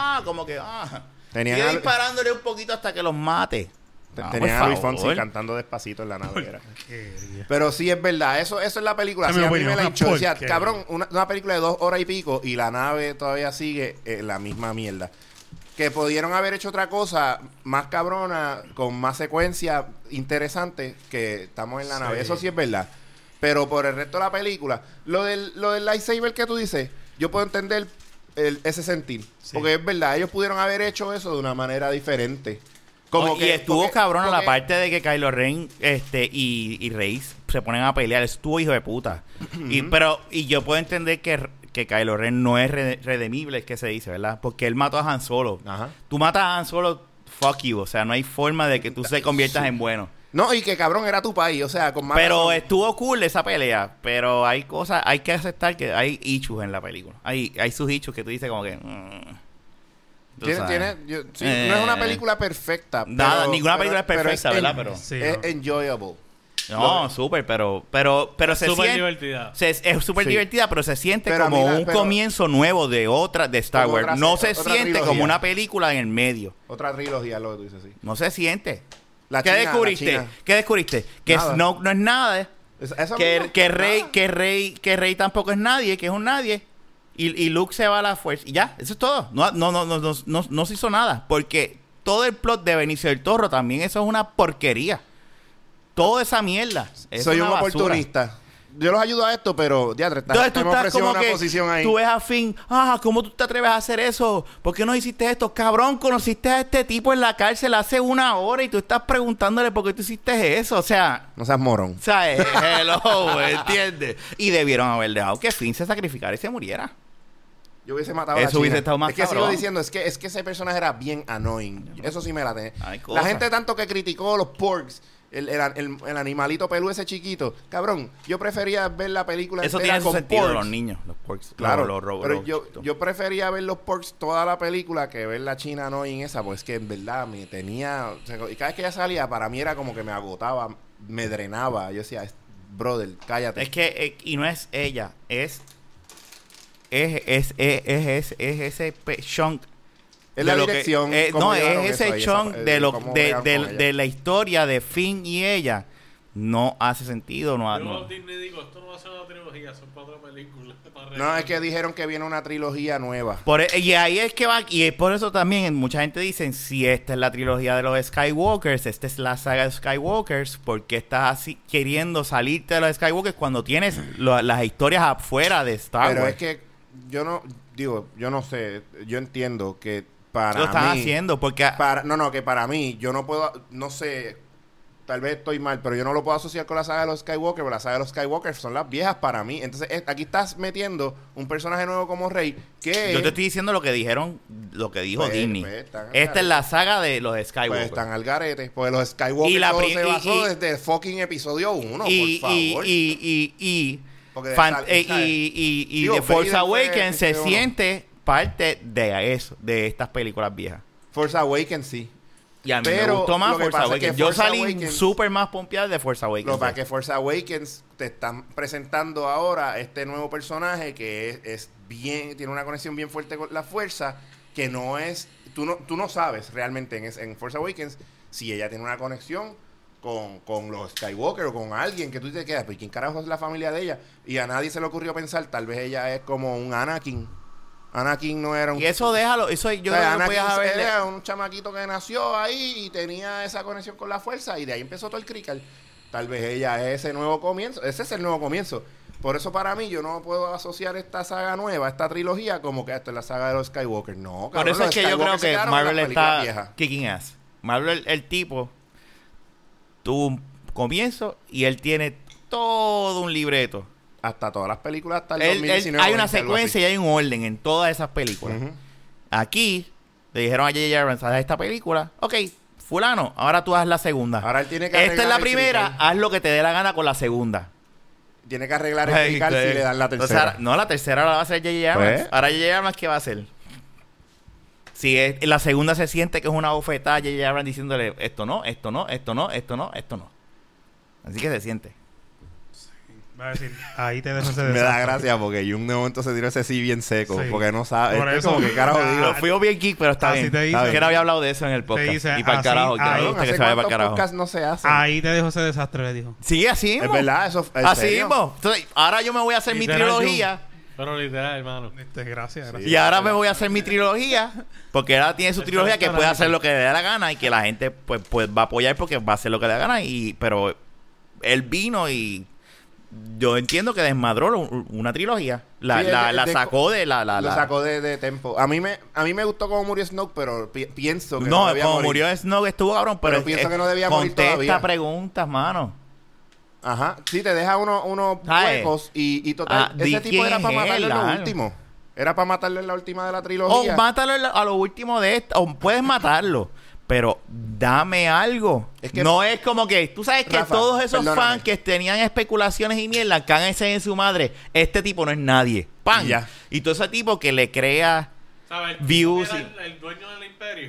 Sigue disparándole un poquito hasta que los mate. Tenían a Luis Fonsi cantando despacito en la nave. Pero sí es verdad, eso es la película. Sí, a mí me la hinchó. Decía, cabrón, una película de 2 horas y pico y la nave todavía sigue la misma mierda. Que pudieron haber hecho otra cosa más cabrona, con más secuencia interesante que estamos en la nave. Eso sí es verdad. Pero por el resto de la película, lo del lightsaber que tú dices, yo puedo entender ese sentir. Sí. Porque es verdad, ellos pudieron haber hecho eso de una manera diferente. Y estuvo cabrón la parte de que Kylo Ren y Rey se ponen a pelear. Estuvo hijo de puta. Y yo puedo entender que Kylo Ren no es redimible, es que se dice, ¿verdad? Porque él mató a Han Solo. Ajá. Tú matas a Han Solo, fuck you. O sea, no hay forma de que tú se conviertas en bueno. No, y que cabrón era tu país, o sea, con más Pero estuvo cool esa pelea. Pero hay cosas, hay que aceptar que hay issues en la película. Hay sus issues que tú dices como que... no es una película perfecta. Nada, ninguna película es perfecta, ¿verdad? Pero es enjoyable. No, súper, pero se súper siente divertida. Es súper divertida, pero se siente como un comienzo nuevo de Star Wars. No se siente trilogía. Como una película en el medio. Otra trilogía, lo que tú dices, sí. No se siente. ¿Qué descubriste? Que Snoke no es nada. Que Rey tampoco es nadie, que es un nadie. Y Luke se va a la fuerza. Y ya, eso es todo. No se hizo nada. Porque todo el plot de Benicio del Toro también, eso es una porquería. Toda esa mierda. Soy un oportunista. Yo los ayudo a esto, pero ya entonces tú estás como una que posición ahí. Tú ves a Finn, ¿cómo tú te atreves a hacer eso? ¿Por qué no hiciste esto? Cabrón, conociste a este tipo en la cárcel hace 1 hora y tú estás preguntándole por qué tú hiciste eso. O sea... No seas morón. O sea, hello, ¿entiendes? Y debieron haber dejado que Finn se sacrificara y se muriera. Yo hubiese matado a la Eso hubiese China. estado más Es que sigo cabrón. diciendo, es que ese personaje era bien annoying. Eso sí me la tenía. Hay La cosas. gente tanto que criticó los porks, el animalito pelú ese chiquito. Cabrón, yo prefería ver la película Eso entera tiene su con sentido, porks. los niños, los porks. Claro, los pero yo prefería ver los porks toda la película que ver la China annoying esa, pues que en verdad me tenía... o sea, y cada vez que ella salía, para mí era como que me agotaba, me drenaba. Yo decía, brother, cállate. Es que, y no es ella, es ese chunk. Es la de lo que- dirección. cómo no, llevaron es ese eso ahí, chunk de, cómo bregaron con ella. de la historia de Finn y ella. No hace sentido. No, Yo no. Disney digo, esto no va a ser una trilogía, son 4 películas. No, es que dijeron que viene una trilogía nueva. Y ahí es que va, y es por eso también mucha gente dice, si esta es la trilogía de los Skywalkers, esta es la saga de Skywalkers, ¿por qué estás así queriendo salirte de los Skywalkers cuando tienes las historias afuera de Star Pero Wars? es que yo no sé, yo entiendo que para Lo están mí... haciendo porque... que para mí, yo no puedo, no sé, tal vez estoy mal, pero yo no lo puedo asociar con la saga de los Skywalker, porque la saga de los Skywalker son las viejas para mí. Entonces, aquí estás metiendo un personaje nuevo como Rey, que... Yo te estoy diciendo lo que dijo Pues, Disney. pues, están al Esta es garete. la saga de los Pues Skywalker. están al garete, porque los Skywalker Y la todo pri- se y- basó y- desde fucking episodio 1, y, por favor. Porque de esa- y Digo, The Force Vader fue Awakens se episodio uno. siente parte de eso, de estas películas viejas. Force Awakens sí. Y a mí me Pero gustó más lo que Force pasa es que Awakens. Yo Force salí Awakens- súper más pompeado de Force Awakens. Lo que pasa es que Force Awakens te están presentando ahora este nuevo personaje que es bien, tiene una conexión bien fuerte con la fuerza, que no es, tú no sabes realmente en Force Awakens si ella tiene una conexión con los Skywalker o con alguien que tú te quedas, pues ¿quién carajo es la familia de ella? Y a nadie se le ocurrió pensar, tal vez ella es como un Anakin. Anakin no era un... Y eso déjalo, eso yo o sea, creo que voy a Anakin ver. era un chamaquito que nació ahí y tenía esa conexión con la fuerza y de ahí empezó todo el crical. Tal vez ella es ese nuevo comienzo. Ese es el nuevo comienzo. Por eso para mí yo no puedo asociar esta saga nueva, esta trilogía, como que esto es la saga de los Skywalker. No, Por cabrón, eso es los que yo creo Skywalker se que quedaron en Marvel las películas está viejas. kicking ass. Marvel, el tipo, tuvo un comienzo y él tiene todo un libreto. Hasta todas las películas, hasta el Hay 2019. una 20, algo secuencia y hay un orden en todas esas películas. así. Ujú. Aquí le dijeron a J.J. Abrams, haz esta película. Ok, fulano, ahora tú haz la segunda. Ahora él tiene que Esta es arreglar la el primera, crical. haz lo que te dé la gana con la segunda. Tiene que arreglar el crical si le dan la tercera. O sea, no, la tercera la va a hacer J.J. Abrams. Pues. Ahora J.J. Abrams, ¿qué va a hacer? Si es, la segunda se siente que es una bofetada, J.J. Abrams diciéndole esto no, esto no, esto no, esto no, esto no. Así que se siente. Va a decir, ahí te dejo ese Me da desastre. gracia porque Jun de momento se tiró ese sí bien seco. Sí. Porque no sabe. Por Es eso- como que carajo Ah, digo. Lo fui bien geek, pero está así bien. te dice. Está bien. Que no había hablado de eso en el podcast. dice, y para el así, carajo, que ahí. no Cabrón, gusta que ¿hace se vaya para el cuántos carajo. podcasts no se hacen? Ahí te dejo ese desastre, le dijo. Sí, así Es mismo. verdad, eso ¿en Así serio? mismo. Entonces, ahora yo me voy a hacer mi Literal, trilogía. Pero literal, hermano. Gracias. Sí. Y ahora me voy a hacer mi trilogía. Porque ahora tiene su trilogía que puede hacer lo que le dé la gana. Y que la gente pues va a apoyar porque va a hacer lo que le dé la gana. Pero él vino y yo entiendo que desmadró una trilogía. La sacó de Lo sacó de tempo. A mí me gustó cómo murió Snoke, pero pienso que No, debía como morir. murió Snoke estuvo cabrón. Pero pienso que no debía morir contesta todavía. preguntas, mano. Ajá. Sí, te deja unos Ay. huecos y total. Di Ese tipo era quién para es matarlo él, en lo claro. último. Era para matarlo en la última de la O trilogía. mátalo a lo último de esto. O puedes matarlo. Pero dame algo. Es que- no es como que... Tú sabes que Rafa, todos esos perdóname. fans que tenían especulaciones y mierda, cáguense en su madre. Este tipo no es nadie. ¡Pam! Y ya. Y todo ese tipo que le crea... ¿Sabes? Views Era y- el dueño del imperio.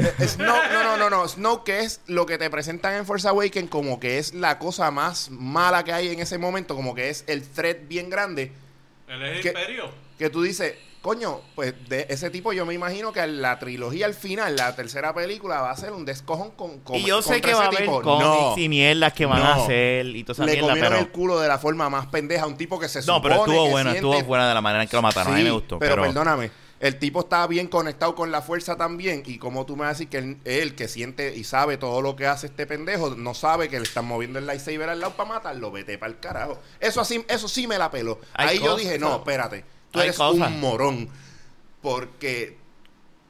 Snoke, no. Snoke, que es lo que te presentan en Force Awakens como que es la cosa más mala que hay en ese momento, como que es el threat bien grande, Él es el ¿Qué? imperio. que tú dices, coño, pues de ese tipo yo me imagino que la trilogía al final, la tercera película, va a ser un descojón con Y yo sé contra que va a ese haber tipo. cómics No, y mierdas que van a no. hacer y toda esa le mierda, comieron pero... el culo de la forma más pendeja, un tipo que se No, supone pero estuvo que bueno, siente- estuvo buena de la manera en que lo mataron. a mí Sí, me gustó. pero perdóname, el tipo estaba bien conectado con la fuerza también. Y como tú me vas a decir que él que siente y sabe todo lo que hace este pendejo, no sabe que le están moviendo el lightsaber al lado para matarlo, vete para el carajo. Eso sí me la peló. Hay Ahí yo cosas, dije, no, espérate, tú hay eres cosas. un morón. Porque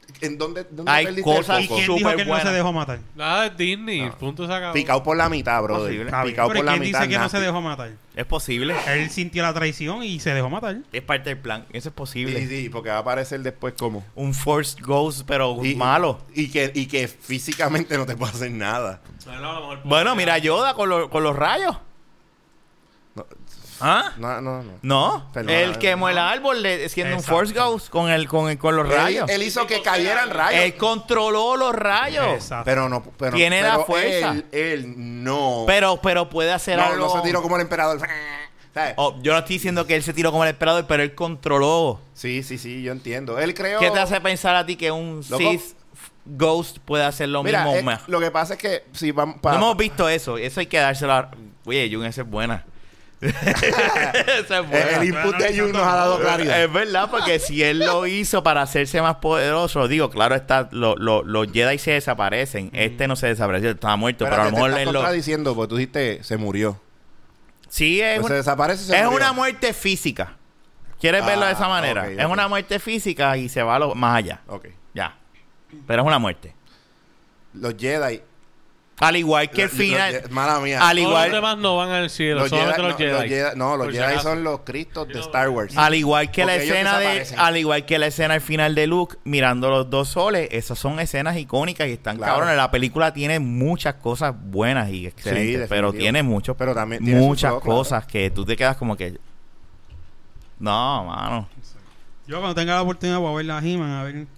¿En dónde Hay perdiste cosas el ¿Y foco? quién dijo súper que él no buena. se dejó matar? Nada de Disney. El punto se acabó. Picado por la mitad, brother. Posible. Está bien, Picado pero por la ¿quién mitad. dice que no se nasty. dejó matar? Es posible. Él sintió la traición y se dejó matar. Es parte del plan. Eso es posible. Sí, sí, porque va a aparecer después como... Un Force Ghost, pero Y- malo. Y que físicamente no te puede hacer nada. Bueno, a lo mejor Bueno, mira Yoda con los rayos. No, ¿Ah? no. No. Perdona, Él quemó el árbol siendo un Exacto. Force Ghost con los rayos. Él hizo que cayeran rayos. Él controló los rayos. Exacto. Pero no... Pero, Tiene la pero fuerza. Él no... Pero puede hacer no, algo. no se tiró como el emperador. ¿Sabes? Oh, yo no estoy diciendo que él se tiró como el emperador, pero él controló. Sí, yo entiendo. Él creó... ¿Qué te hace pensar a ti que un Loco. Sith Ghost puede hacer lo Mira, mismo? lo que pasa es que si vamos No hemos visto eso. Eso hay que dárselo a... Oye, Jun, esa es buena. Esa es buena. el input de Jun nos ha dado claridad. Es verdad, porque si él lo hizo para hacerse más poderoso, digo, claro está, los Jedi se desaparecen. Este no se desapareció, estaba muerto, pero a lo mejor te él estás lo... contradiciendo porque tú dijiste se murió. Sí, es, Pues se un- desaparece y se es murió. una muerte física. ¿Quieres verlo de esa manera? ok, Es ok. una muerte física y se va más allá. Ok. Ya. Pero es una muerte. Los Jedi... Al igual que el los final... Jedi- mala mía. Al Todos igual... los demás no van al cielo, solamente los Jedi. los Por si Jedi acaso. son los Cristos de Star Wars. Al igual que la Porque ellos escena desaparecen. al igual que la escena al final de Luke mirando los dos soles, esas son escenas icónicas y están Claro. cabrones. La película tiene muchas cosas buenas y excelentes, pero definitivo. tiene mucho, Pero también tiene muchas sus pros, cosas que tú te quedas como que no, mano. Yo cuando tenga la oportunidad voy a ver la He-Man, a ver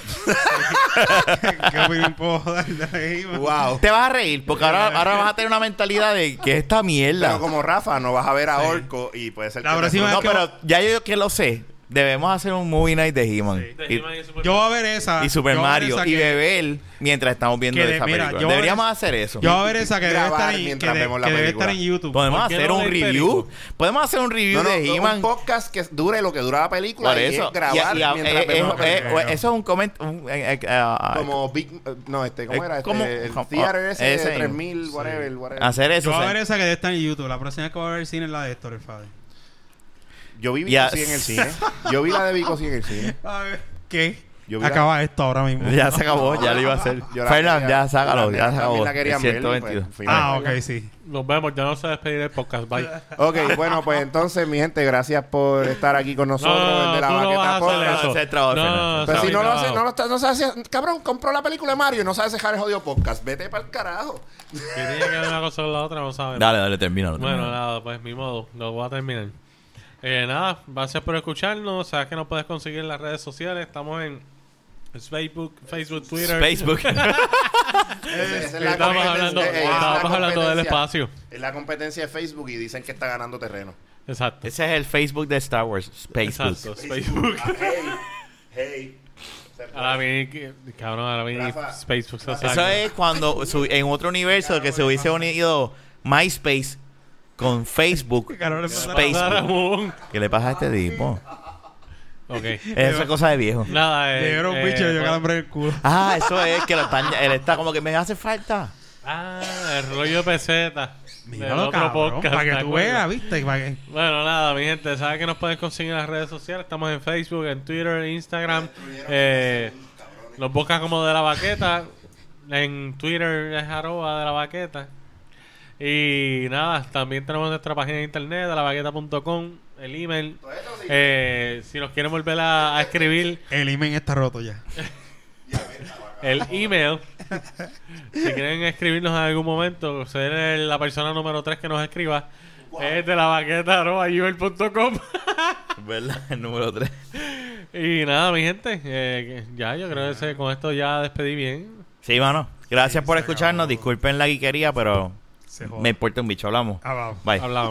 qué opinión puedo dar de la He-Man. Wow. Te vas a reír porque ahora vas a tener una mentalidad de que esta mierda. Pero como Rafa, no vas a ver a Orco y puede ser La que te próxima asuste. No, vez pero ya yo que lo sé, debemos hacer un movie night de He-Man. Sí. De He-Man y Superman. Yo voy a ver esa. Y Super yo voy a ver Mario esa y que- beber mientras estamos viendo que de- esa mira, película. yo voy a Deberíamos ver- hacer eso. Yo voy a ver esa que debe Grabar estar en, mientras vemos la que debe película. estar en YouTube. Podemos ¿Por qué hacer no un del review. perico? Podemos hacer un review No, de un He-Man. podcast que dure lo que dura la película Por y eso. es grabar mientras vemos la película. Eso es un comentario. Como Big... No, ¿cómo era? como- el como- theater ese de ese 3000, whatever. Hacer eso. Yo voy a o sea, ver esa que debe estar en YouTube. La próxima vez que voy a ver el cine es la de Héctor, el Fader. Yo vi Ya. Vico sí en el cine. Yo vi la de Vico sí en el cine. A ver. ¿Qué? Yo vi la- Acaba esto ahora mismo. Ya se acabó, ya lo iba a hacer. Yo la Fernand, quería- ya sácalo, la ya nena se acabó. también la querían ver, y, pues, 122. fuimos Ah, a verla. ok, sí. Nos vemos, ya no se despide el podcast. Bye. Ok, bueno, pues entonces, mi gente, gracias por estar aquí con nosotros. No, el de la tú no baqueta vas a hacer podcast. eso. Ese es el trabajo de Fernando. Pero si no lo no. hace, no sabe, cabrón, compró la película de Mario y no sabe dejar el jodido podcast. Vete para el carajo. Que tiene que ver una cosa con la otra, no sabemos. Dale, termínalo. Bueno, nada, pues mi modo, lo voy a terminar. Nada, gracias por escucharnos. Sabes que nos puedes conseguir en las redes sociales. Estamos en Facebook, Twitter. Facebook. Esa es la Estamos competencia- hablando, esa es la estábamos hablando del competencia. espacio. Es la competencia de Facebook y dicen que está ganando terreno. Exacto. Ese es el Facebook de Star Wars. Facebook. Exacto, Facebook. Hey. Ahora viene, cabrón, ahora viene Rafa, Facebook. Eso es cuando en otro universo que se hubiese unido MySpace con Facebook. Cabrón, le pasa- Facebook. Ramón. ¿Qué le pasa a este tipo? Ok. Esa es cosa de viejo. Nada, Le dieron un bicho y yo calambre en el culo. Ah, eso es que él está como que me hace falta. Ah, el rollo de peseta. Del Míralo, otro cabrón, podcast. para que ¿te tú acuerdas? veas, ¿viste? Para que... Bueno, nada, mi gente, ¿sabes que nos pueden conseguir en las redes sociales? Estamos en Facebook, en Twitter, en Instagram. Nos buscan como De La Baqueta. En Twitter es @ de La Baqueta. Y nada, también tenemos nuestra página de internet, delabaqueta.com, el email. Si nos quieren volver a escribir, El imen está roto ya. el email. Si quieren escribirnos en algún momento, ser la persona número 3 que nos escriba, es delabaqueta@gmail.com. ¿Verdad? El número 3. Y nada, mi gente, ya yo creo que con esto ya despedí bien. Sí, mano. Gracias Sí, por se escucharnos. acabó. Disculpen la guiquería, pero Se joda. me importa un bicho. Hablamos. Ah, vamos. Bye. Hablamos.